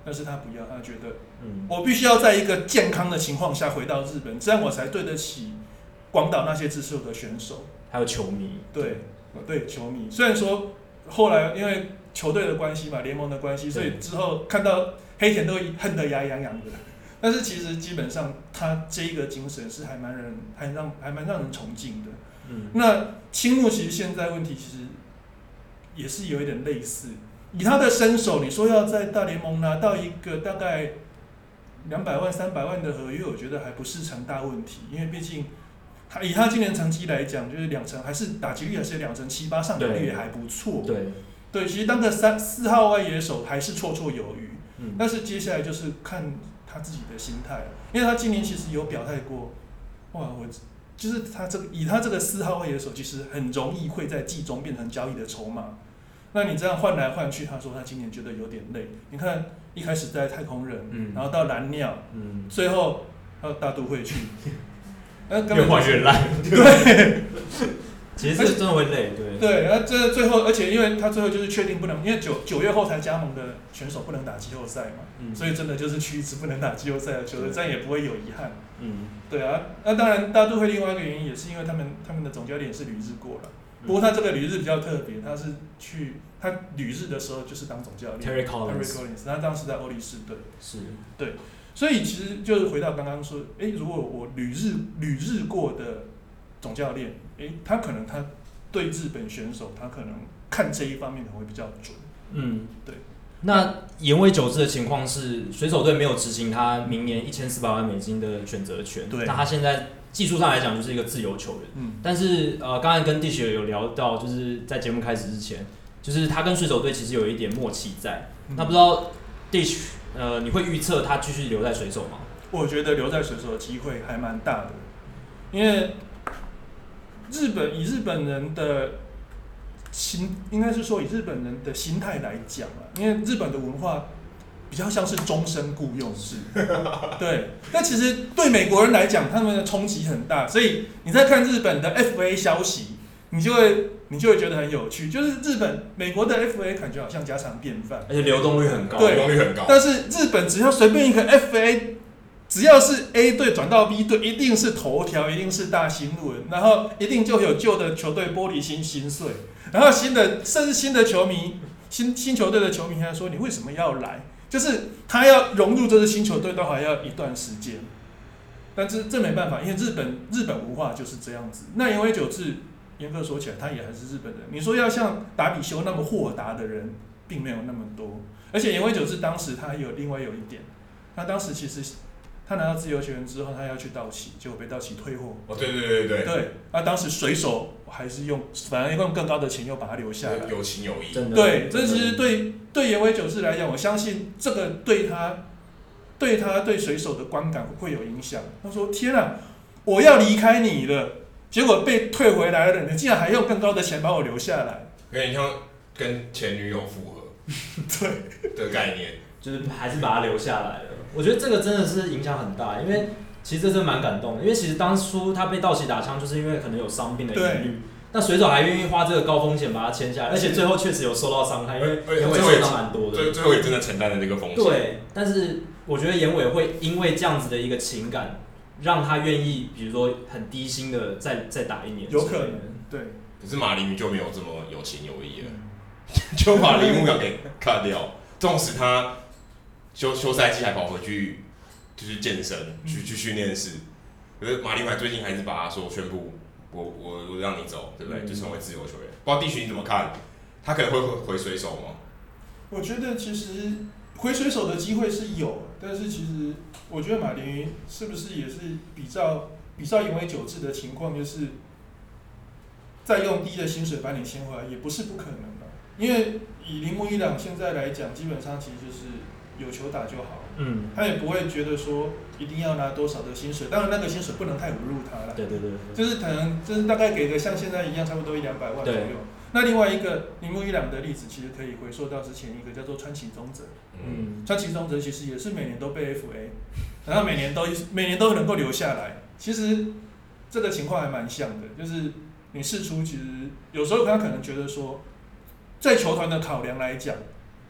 但是他不要，他觉得我必须要在一个健康的情况下回到日本，这样我才对得起广岛那些支持我的选手， 还有球迷。 对，球迷。虽然说后来因为球队的关系嘛，联盟的关系，所以之后看到黑田都恨得牙痒痒的。但是其实基本上他这一个精神是还蛮让人崇敬的。那青木其实现在问题其实也是有一点类似，以他的身手，你说要在大联盟拿到一个大概200万、300万的合约，我觉得还不是成大问题，因为毕竟以他今年成绩来讲，就是2成，还是打击率还是2成7、8，上垒率也还不错。对，其实当个4号外野手还是绰绰有余。但是接下来就是看他自己的心态，因为他今年其实有表态过，就是以他这个4号外野手，其实很容易会在季中变成交易的筹码。那你这样换来换去，他说他今年觉得有点累。你看一开始在太空人，然后到蓝鸟，最后到大都会去， 越换越烂。 对， 其实真的会累， 对，然后这最后，而且因为他最后就是确定不能，因为9月后才加盟的选手不能打季后赛嘛，所以真的就是去一次不能打季后赛的球队，这样也不会有遗憾。对啊，那当然大都会另外一个原因也是因为他们的总教练是旅日过了，不过他这个旅日比较特别，他旅日的时候就是当总教练 Terry Collins， 他当时在欧力士队。对，所以其实就是回到刚刚说，如果我旅日过的总教练，他对日本选手，他可能看这一方面可能会比较准。对。 那岩尾久志的情况是，水手队没有执行他明年$1400万的选择权。 对。 那他现在技术上来讲就是一个自由球员。但是刚才跟Dish有聊到，就是在节目开始之前，就是他跟水手队其实有一点默契在。那不知道 Dish 你会预测他继续留在水手吗？ 我觉得留在水手的机会还蛮大的，因为以日本人的应该是说以日本人的心态来讲啊，因为日本的文化比较像是终身雇佣制，对。但其实对美国人来讲，他们的冲击很大，所以你在看日本的 FA 消息，你就会觉得很有趣，就是美国的 FA 感觉好像家常便饭， 而且流动率很高， 对， 流动率很高。 但是日本只要随便一个 FA。只要是 A 队转到 B 队，一定是头条，一定是大新闻，然后一定就有旧的球队玻璃心碎，然后甚至新的球迷，新球队的球迷还说你为什么要来？就是他要融入这支新球队都还要一段时间，但是这没办法，因为日本文化就是这样子。那岩尾久志严格说起来，他也还是日本人。你说要像达比修那么豁达的人，并没有那么多。而且岩尾久志当时他另外有一点，他当时其实。他拿到自由球员之后，他要去道奇，结果被道奇退货。 对。 对，当时水手还是反而用更高的钱又把他留下来。 有情有义。 对，这其实对岩尾久志来讲，我相信这个对他对水手的观感会有影响。他说：“天啊，我要离开你了，结果被退回来了，你竟然还用更高的钱把我留下来。” 有点像跟前女友复合，对的概念， 就是还是把他留下来了。我觉得这个真的是影响很大，因为其实这真的蛮感动的。因为其实当初他被道奇打枪，就是因为可能有伤病的疑虑，那水手还愿意花这个高风险把他签下来，而且最后确实有受到伤害，因为岩尾受到蛮多的， 最后也真的承担了这个风险。 对，但是我觉得岩尾会因为这样子的一个情感，让他愿意，比如说很低薪的再打1年， 有可能，对。 可是马林鱼就没有这么有情有义了，就把铃木港给cut掉，纵使他。休赛季还跑回去，就是健身，去训练室。可是马林海最近还是把他说宣布，我让你走，对不对？就成为自由球员。不知道地区你怎么看？他可能会回水手吗？ 我觉得其实回水手的机会是有，但是其实我觉得马林鱼是不是也是比较岩尾久志的情况，就是再用低的薪水把你签回来，也不是不可能的。因为以铃木一朗现在来讲，基本上其实就是。有球打就好，他也不会觉得说一定要拿多少的薪水，当然那个薪水不能太侮辱他了， 对， 就是可能就是大概给个像现在一样差不多100-200万左右。那另外一个铃木一朗的例子，其实可以回溯到之前一个叫做川崎宗则，川崎宗则其实也是每年都被 FA， 然后每年都能够留下来，其实这个情况还蛮像的，就是你释出其实有时候他可能觉得说，在球团的考量来讲。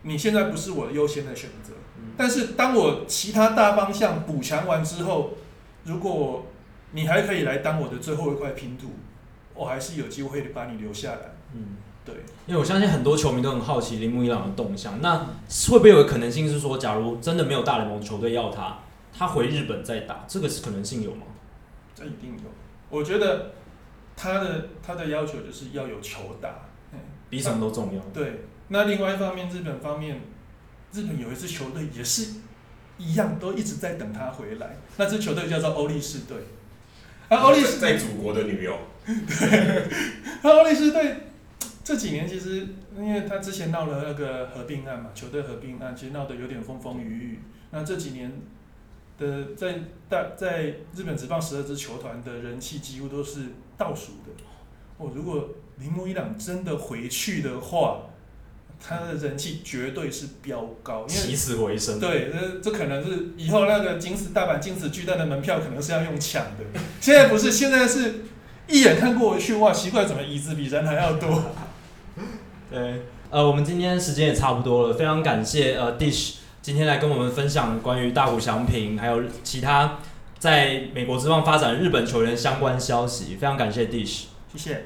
你现在不是我优先的选择。但是当我其他大方向补强完之后，如果你还可以来当我的最后一块拼图，我还是有机会把你留下来。对， 因为我相信很多球迷都很好奇铃木一朗的动向。那会不会有个可能性是说，假如真的没有大联盟球队要他回日本再打，这个可能性有吗？ 这一定有。我觉得他的要求就是要有球打， 比什么都重要。 对，那另外一方面，日本有一支球队也是一样，都一直在等他回来。那支球队叫做欧力士队。欧力士在祖国的女友。 对，欧力士队这几年其实，因为他之前闹了那个合并案嘛，球队合并案，其实闹得有点风风雨雨。那这几年的在日本职棒12支球团的人气几乎都是倒数的。如果铃木一朗真的回去的话，他的人气绝对是飙高， 起死回生。 对，这可能是以后那个大阪金子巨蛋的门票可能是要用抢的。现在不是，现在是一眼看过去，哇，奇怪，怎么椅子比人还要多？ 对，我们今天时间也差不多了，非常感谢Dish 今天来跟我们分享关于大谷翔平还有其他在美国职棒发展日本球员相关消息，非常感谢 Dish， 谢谢。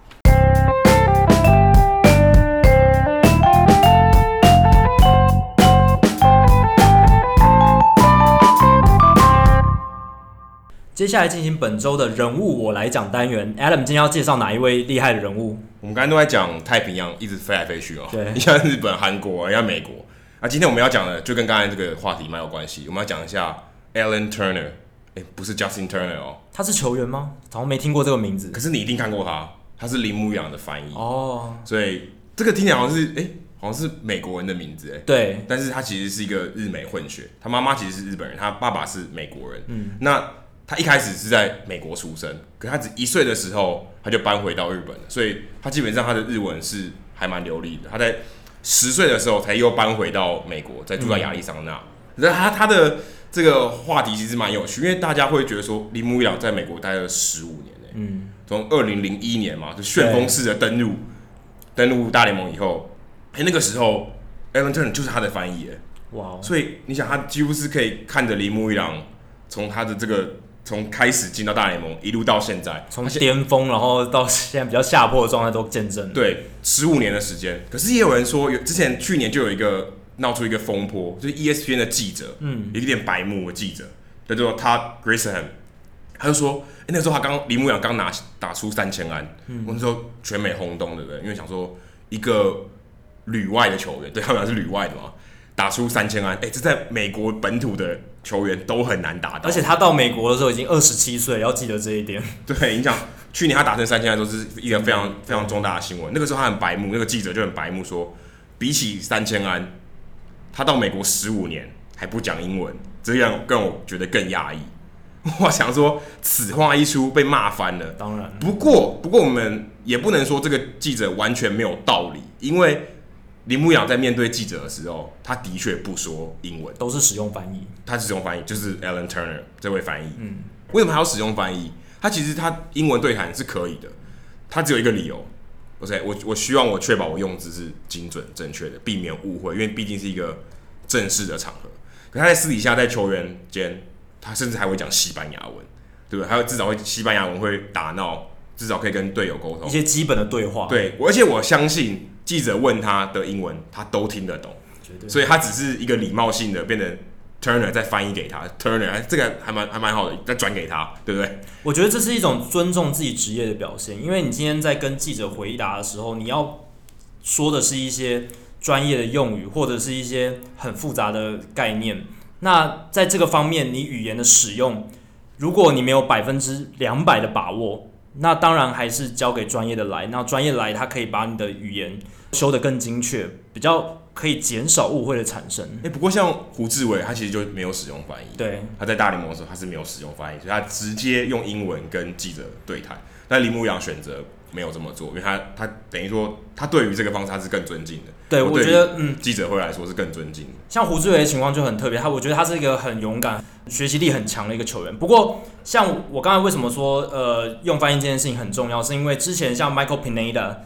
接下来进行本周的人物我来讲单元 ，Adam 今天要介绍哪一位厉害的人物？ 我们刚才都在讲太平洋，一直飞来飞去哦。 对， 你像日本、韩国，像美国。今天我们要讲的就跟刚才这个话题蛮有关系。我们要讲一下 Alan Turner， 不是 Justin Turner 哦。 他是球员吗？好像没听过这个名字。 可是你一定看过他，他是铃木一朗的翻译哦。 所以这个听起来好像是美国人的名字对。 但是他其实是一个日美混血，他妈妈其实是日本人，他爸爸是美国人。那他一开始是在美国出生，可他只1岁的时候他就搬回到日本了，所以他基本上他的日文是还蛮流利的。他在10岁的时候才又搬回到美国，再住在亚利桑那。他的这个话题其实蛮有趣，因为大家会觉得说铃木一朗在美国待了15年从2001年嘛，就旋风式的登陆大联盟以后，那个时候 Alan Turner 就是他的翻译哇，所以你想他几乎是可以看着铃木一朗从他的这个。从开始进到大联盟，一路到现在， 从巅峰然后到现在比较下坡的状态都见证了。 对，15年的时间。可是也有人说，去年就有一个闹出一个风波，就是 ESPN 的记者，有一点白目的记者，叫做 Todd Grisham， 他就说，那时候铃木一朗刚打出3000安，那时候全美轰动，对不对？因为想说一个旅外的球员，对他们讲是旅外的嘛，打出3000安，这在美国本土的球员都很难达到， 而且他到美国的时候已经27岁，要记得这一点。 对，你讲去年他打成3000安都是一个非常非常重大的新闻。那个时候他很白目，那个记者就很白目说，比起3000安，他到美国15年还不讲英文，这样让我觉得更讶异。我想说，此话一出被骂翻了。 当然， 不过我们也不能说这个记者完全没有道理，因为铃木一朗在面对记者的时候，他的确不说英文， 都是使用翻译。 他使用翻译，就是 Alan Turner 这位翻译。为什么还要使用翻译？他其实他英文对谈是可以的，他只有一个理由。OK， 我希望我确保我用字是精准正确的，避免误会，因为毕竟是一个正式的场合。可他在私底下在球员间，他甚至还会讲西班牙文，对不对？还有至少会西班牙文会打闹，至少可以跟队友沟通一些基本的对话。 对，而且我相信。记者问他的英文，他都听得懂，所以他只是一个礼貌性的变成 Turner 再翻译给他 ，Turner 这个还蛮好的，再转给他，对不对？ 我觉得这是一种尊重自己职业的表现，因为你今天在跟记者回答的时候，你要说的是一些专业的用语，或者是一些很复杂的概念。那在这个方面，你语言的使用，如果你没有200%的把握。那当然还是交给专业的来，那专业来，他可以把你的语言修得更精确，比较可以减少误会的产生。 不过像胡志伟，他其实就没有使用翻译。 对， 他在大联盟的时候，他是没有使用翻译，所以他直接用英文跟记者对谈。但铃木一朗选择没有这么做，因为他等于说，他对于这个方式他是更尊敬的。 对，我觉得记者会来说是更尊敬的。 像胡志伟的情况就很特别，我觉得他是一个很勇敢、学习力很强的一个球员。不过，像我刚才为什么说用翻译这件事情很重要，是因为之前像 Michael Pineda，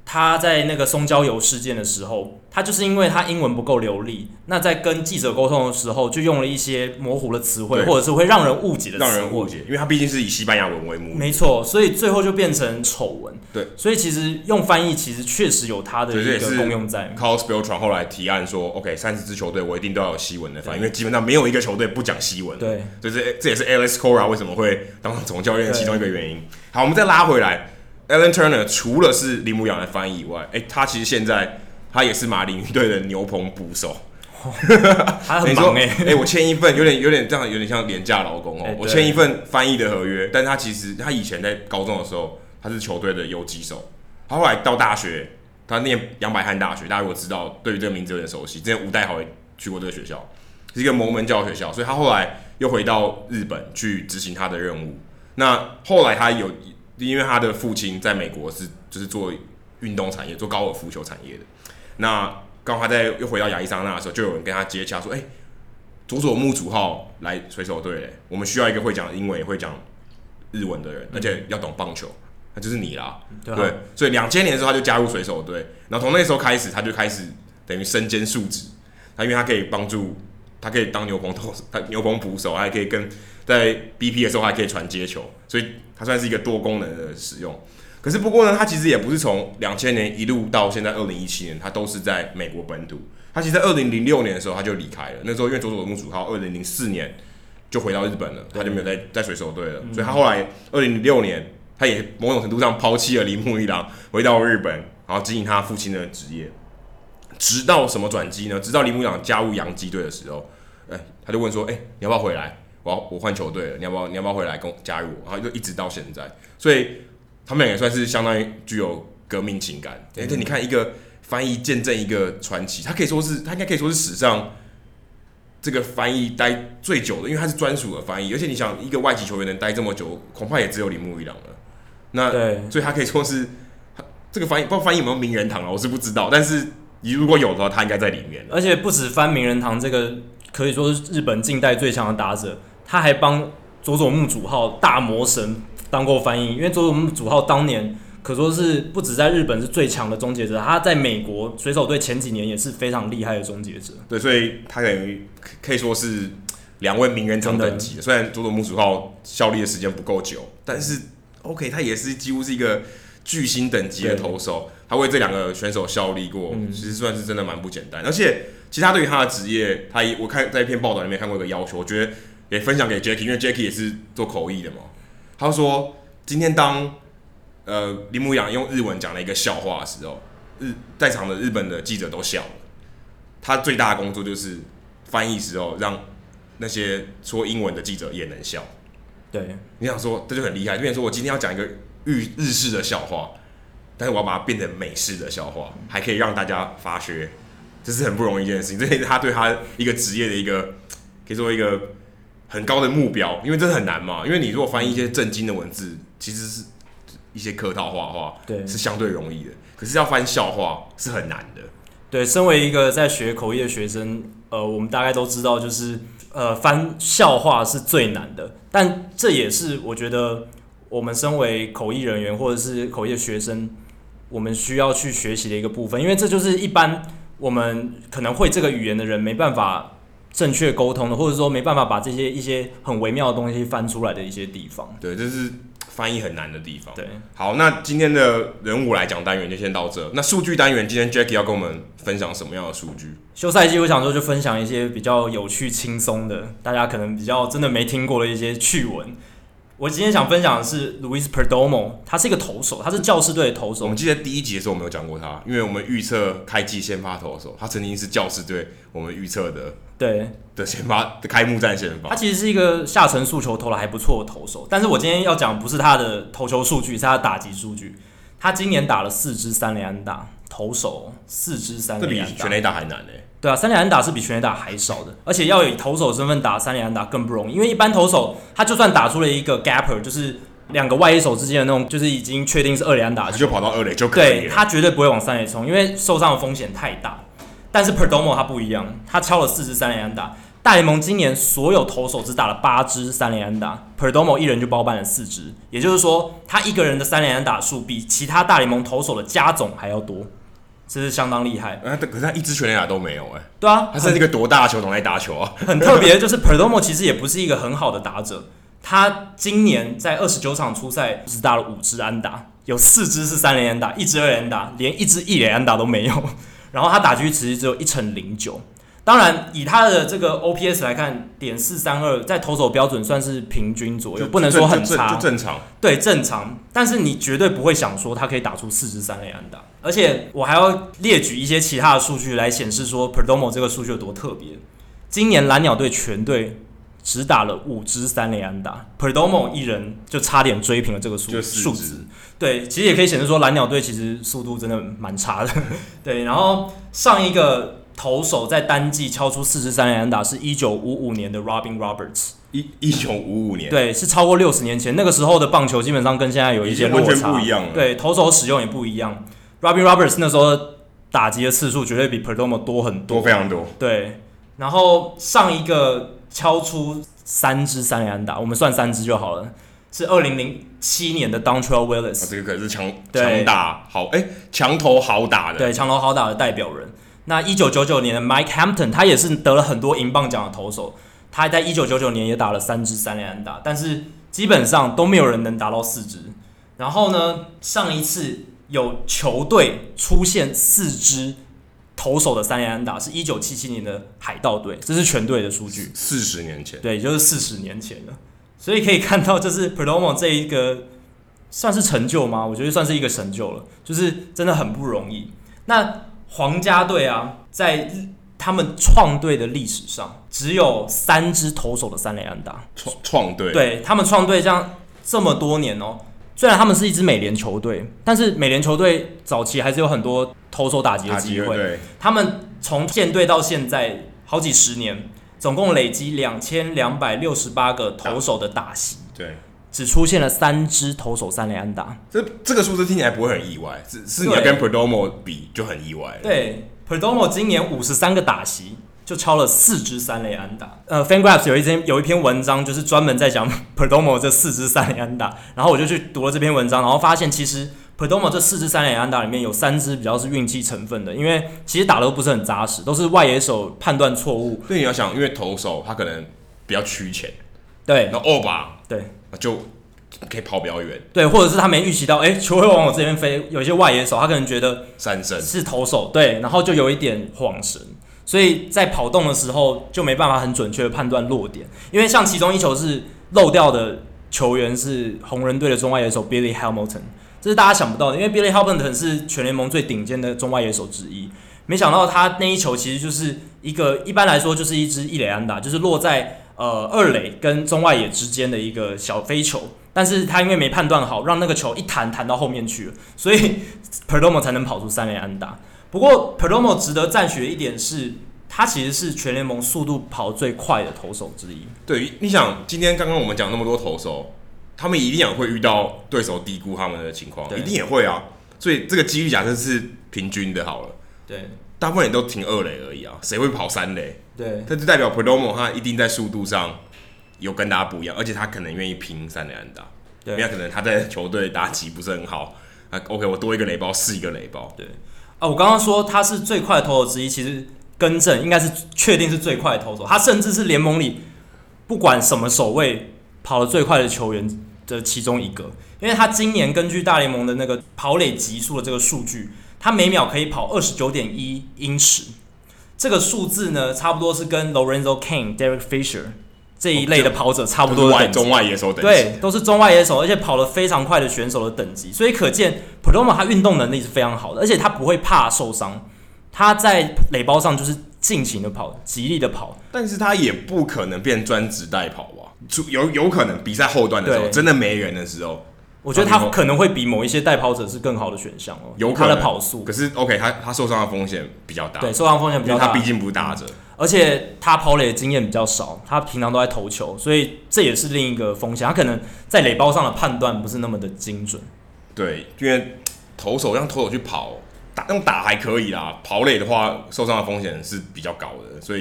他在那个松焦油事件的时候，他就是因为他英文不够流利，那在跟记者沟通的时候，就用了一些模糊的词汇，或者是会让人误解的词汇， 让人误解，因为他毕竟是以西班牙文为母语。 没错，所以最后就变成丑闻。 对， 所以其实用翻译其实确实有它的一个功用在。 Carlos Beltran 后来提案说 ，OK，30支球队我一定都要有西文的翻译，因为基本上没有一个球队不讲西文。 对， 这也是 Alex Cora 为什么会当总教练的其中一个原因。好，我们再拉回来。Alan Turner 除了是铃木洋的翻译以外，他其实现在他也是马林鱼队的牛棚捕手， 他很忙我签一份有点这样，有点像廉价劳工我签一份翻译的合约，但他其实他以前在高中的时候他是球队的游击手，他后来到大学，他念杨百翰大学，大家如果知道，对于这个名字有点熟悉，之前吴代豪也去过这个学校，是一个摩门教学校，所以他后来又回到日本去执行他的任务。那后来他因为他的父亲在美国就是做运动产业，做高尔夫球产业的。那刚好他又回到亚利桑那的时候，就有人跟他接洽说：“佐佐木主浩来水手队嘞，我们需要一个会讲英文也会讲日文的人，而且要懂棒球，那就是你啦。”对，所以2000年的时候他就加入水手队，然后从那时候开始，他就开始等于身兼数职。因为他可以帮助，他可以当牛棚捕手，还可以在 BP 的时候还可以传接球，所以他算是一个多功能的使用。可是不过呢，他其实也不是从2000年一路到现在2017年，他都是在美国本土。他其实在2006年的时候他就离开了，那时候因为佐佐木主浩2004年就回到日本了，他就没有在水手队了，所以他后来2006年他也某种程度上抛弃了铃木一郎，回到日本，然后经营他父亲的职业。直到什么转机呢？直到铃木一郎加入洋基队的时候，他就问说：“你要不要回来？我换球队了，你要不要回来跟我加入我？”然后就一直到现在，所以他们也算是相当于具有革命情感。你看一个翻译见证一个传奇，他应该可以说是史上这个翻译待最久的，因为他是专属的翻译，而且你想一个外籍球员能待这么久，恐怕也只有铃木一郎了。那所以他可以说是这个翻译，不知道翻译有没有名人堂我是不知道，但是如果有的话，他应该在里面。 而且不止翻名人堂这个可以说是日本近代最强的打者，他还帮佐佐木主浩大魔神当过翻译，因为佐佐木主浩当年可说是不止在日本是最强的终结者，他在美国水手队前几年也是非常厉害的终结者。 对，所以他等于可以说是2位名人堂等级的。虽然佐佐木主浩效力的时间不够久，但是 OK， 他也是几乎是一个巨星等级的投手，他为这2个选手效力过，其实算是真的蛮不简单。而且，其实他对于他的职业，我看在一篇报道里面看过一个要求，我觉得也分享给 Jacky， 因为 Jacky 也是做口译的嘛。他说，今天当铃木洋用日文讲了一个笑话的时候，在场的日本的记者都笑了。他最大的工作就是翻译时候让那些说英文的记者也能笑。 对， 你想说这就很厉害，就变成说我今天要讲一个日式的笑话，但是我要把它变成美式的笑话，还可以让大家发噱，这是很不容易一件事情。这是他对他一个职业的一个，可以说一个很高的目标，因为这很难嘛。因为你如果翻译一些正经的文字，其实是一些客套话的话，对，是相对容易的。可是要翻笑话是很难的。 对，身为一个在学口译的学生，我们大概都知道，就是翻笑话是最难的，但这也是我觉得我们身为口译人员或者是口译的学生，我们需要去学习的一个部分，因为这就是一般我们可能会这个语言的人没办法正确沟通的，或者说没办法把一些很微妙的东西翻出来的一些地方。 对，这是翻译很难的地方。 对， 好，那今天的人物来讲单元就先到这。那数据单元，今天 Jacky 要跟我们分享什么样的数据？ 休赛季我想说就分享一些比较有趣轻松的，大家可能比较真的没听过的一些趣闻。我今天想分享的是 Luis Perdomo， 他是一个投手，他是教士队的投手。 我们记得第1集的时候我们有讲过他，因为我们预测开季先发投手，他曾经是教士队我们预测的先发的开幕战先发。 他其实是一个下沉速球投得还不错的投手，但是我今天要讲不是他的投球数据，是他的打击数据。他今年打了4支3垒安打，投手4支3垒安打， 这比全垒打还难对啊，3垒安打是比全垒打还少的，而且要以投手身份打3垒安打更不容易，因为一般投手他就算打出了一个 gapper， 就是2个外野手之间的那种，就是已经确定是2垒安打， 他就跑到2垒就可以了。 对，他绝对不会往3垒冲，因为受伤的风险太大。但是 Perdomo 他不一样，他敲了4支3垒安打， 大联盟今年所有投手只打了8支3连安打 ，Perdomo 一人就包办了4支，也就是说，他一个人的3连安打数比其他大联盟投手的加总还要多，这是相当厉害。 可是他一支全垒打都没有对啊， 他是一个多大的球桶来打球啊？ 很特别，就是 Perdomo 其实也不是一个很好的打者，他今年在29场出赛只打了5支安打，有4支是3连安打，1支2连安打，连1支1连安打都没有。然后他打击其实只有1.09%。当然，以他的这个 OPS 来看，.432在投手标准算是平均左右，不能说很差， 就正常。 对，正常。但是你绝对不会想说他可以打出4支3垒安打。而且我还要列举一些其他的数据来显示说 Perdomo 这个数据有多特别。今年蓝鸟队全队只打了5支3垒安打 ，Perdomo 一人就差点追平了这个数值。对，其实也可以显示说蓝鸟队其实速度真的蛮差的。对，然后上一个投手在单季敲出4支3垒安打是1955年的 Robin Roberts。 1955年， 对，是超过60年前。那个时候的棒球基本上跟现在有一些落差， 完全不一样了。 对，投手使用也不一样。Robin Roberts 那时候打击的次数绝对比 Perdomo 多很多， 多非常多。 对，然后上一个敲出3支3垒安打，我们算3支就好了，是2007年的 Dontrelle Willis。 这个可是强打好，强投好打的， 对，强投好打的代表人。那1999年的 Mike Hampton， 他也是得了很多银棒奖的投手，他在1999年也打了3支3垒安打，但是基本上都没有人能达到4支。然后呢，上一次有球队出现4支投手的3垒安打是1977年的海盗队，这是全队的数据 ，40年前， 对，就是40年前了。所以可以看到，就是 Perdomo 这一个算是成就吗？我觉得算是一个成就了，就是真的很不容易。那皇家队啊，在他们创队的历史上，只有3支投手的3垒安打。 创队， 对，他们创队这么多年哦。虽然他们是一支美联球队，但是美联球队早期还是有很多投手打击的机会。他们从建队到现在好几十年，总共累积2268个投手的打席。 对。 只出现了3支投手3垒安打， 这个数字听起来不会很意外，是你要跟 Perdomo 比就很意外了。 对 ，Perdomo 今年53个打席就敲了4支3垒安打。Fangraphs 有一篇文章就是专门在讲 Perdomo 这4支3垒安打，然后我就去读了这篇文章，然后发现其实 Perdomo 这4支3垒安打里面有3支比较是运气成分的，因为其实打的都不是很扎实，都是外野手判断错误。 对，你要想，因为投手他可能比较趋前， 对， 然后对。 就可以跑比较远， 对，或者是他没预期到，球会往我这边飞，有一些外野手他可能觉得三振是投手，对，然后就有一点晃神，所以在跑动的时候就没办法很准确的判断落点，因为像其中一球是漏掉的球员是红人队的中外野手 Billy Hamilton， 这是大家想不到的，因为 Billy Hamilton 是全联盟最顶尖的中外野手之一，没想到他那一球其实就是一般来说就是一支1垒安打，就是落在2垒跟中外野之间的一个小飞球，但是他因为没判断好，让那个球一弹到后面去了，所以 Perdomo 才能跑出3垒安打。不过 Perdomo 值得赞许的一点是，他其实是全联盟速度跑最快的投手之一。 对，你想今天刚刚我们讲那么多投手，他们一定也会遇到对手低估他们的情况，一定也会啊。所以这个几率假设是平均的好了，对，大部分人都停2垒而已啊，谁会跑3垒？对，这就代表 Perdomo 他一定在速度上有跟大家不一样，而且他可能愿意拼3垒安打，因为可能他在球队打击不是很好，OK， 我多一个垒包是一个垒包。对， 我刚刚说他是最快的投手之一，其实更正应该是确定是最快的投手，他甚至是联盟里不管什么守卫跑得最快的球员的其中一个，因为他今年根据大联盟的那个跑垒级数的这个数据，他每秒可以跑 29.1 英尺。这个数字呢，差不多是跟 Lorenzo Cain、Derek Fisher 这一类的跑者差不多的等级， 中外野手等级， 对，都是中外野手，而且跑得非常快的选手的等级，所以可见 Perdomo 他运动能力是非常好的，而且他不会怕受伤，他在垒包上就是尽情的跑，极力的跑， 但是他也不可能变专职代跑吧？有可能比赛后段的时候，真的没人的时候。 我觉得他可能会比某一些代跑者是更好的选项哦，有他的跑速。 可是 OK， 他受伤的风险比较大， 对，受伤风险比较大， 因为他毕竟不是打者， 而且他跑垒的经验比较少，他平常都在投球，所以这也是另一个风险。他可能在垒包上的判断不是那么的精准。 对，因为让投手去跑，打还可以啦，跑垒的话受伤的风险是比较高的，所以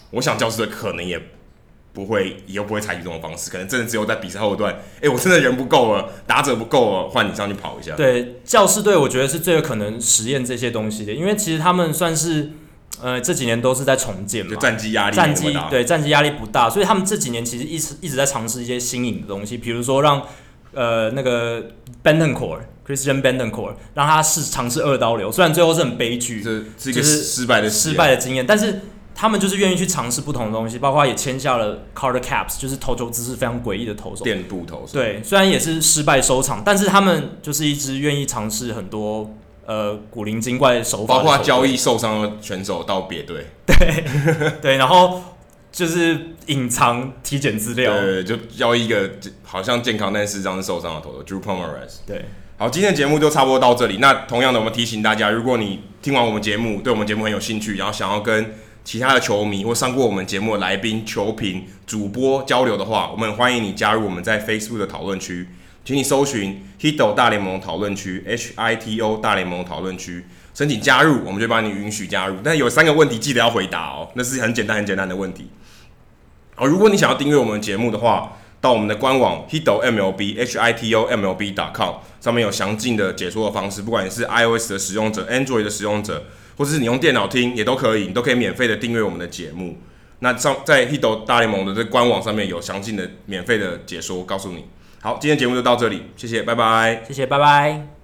我想教士队可能以后不会采取这种方式，可能真的只有在比赛后段，我真的人不够了，打者不够了，换你上去跑一下。 对，教士队我觉得是最有可能实验这些东西的，因为其实他们算是这几年都是在重建嘛， 就战绩压力没那么大， 战绩压力不大，所以他们这几年其实一直在尝试一些新颖的东西，比如说让那个 Christian Bentoncourt 让他尝试2刀流，虽然最后是很悲剧， 是一个失败的经验，但是他们就是愿意去尝试不同的东西，包括也签下了 Carter Capps， 就是投球姿势非常诡异的投手， 垫步投手。 对，虽然也是失败收场，但是他们就是一支愿意尝试很多古灵精怪的手法， 包括交易受伤的选手到别队， 对，然后就是隐藏体检资料， 对，就交易一个好像健康但事实上是受伤的投手 Drew Pomeranz。 对， 好，今天的节目就差不多到这里。那同样的，我们提醒大家，如果你听完我们节目，对我们节目很有兴趣，然后想要跟其他的球迷或上过我们节目的来宾、球评、主播交流的话，我们欢迎你加入我们在 Facebook 的讨论区，请你搜寻 Hito 大联盟讨论区 HITO 大联盟讨论区，申请加入，我们就帮你允许加入。但有3个问题记得要回答哦，那是很简单的问题。好，如果你想要订阅我们的节目的话，到我们的官网 Hito MLB HITO MLB.com 上面有详尽的解说的方式，不管你是 iOS 的使用者、Android 的使用者，或者是你用电脑听也都可以，你都可以免费的订阅我们的节目。那在 Hito 大联盟的这官网上面有详尽的免费的解说告诉你。好，今天节目就到这里，谢谢，拜拜。 谢谢，拜拜。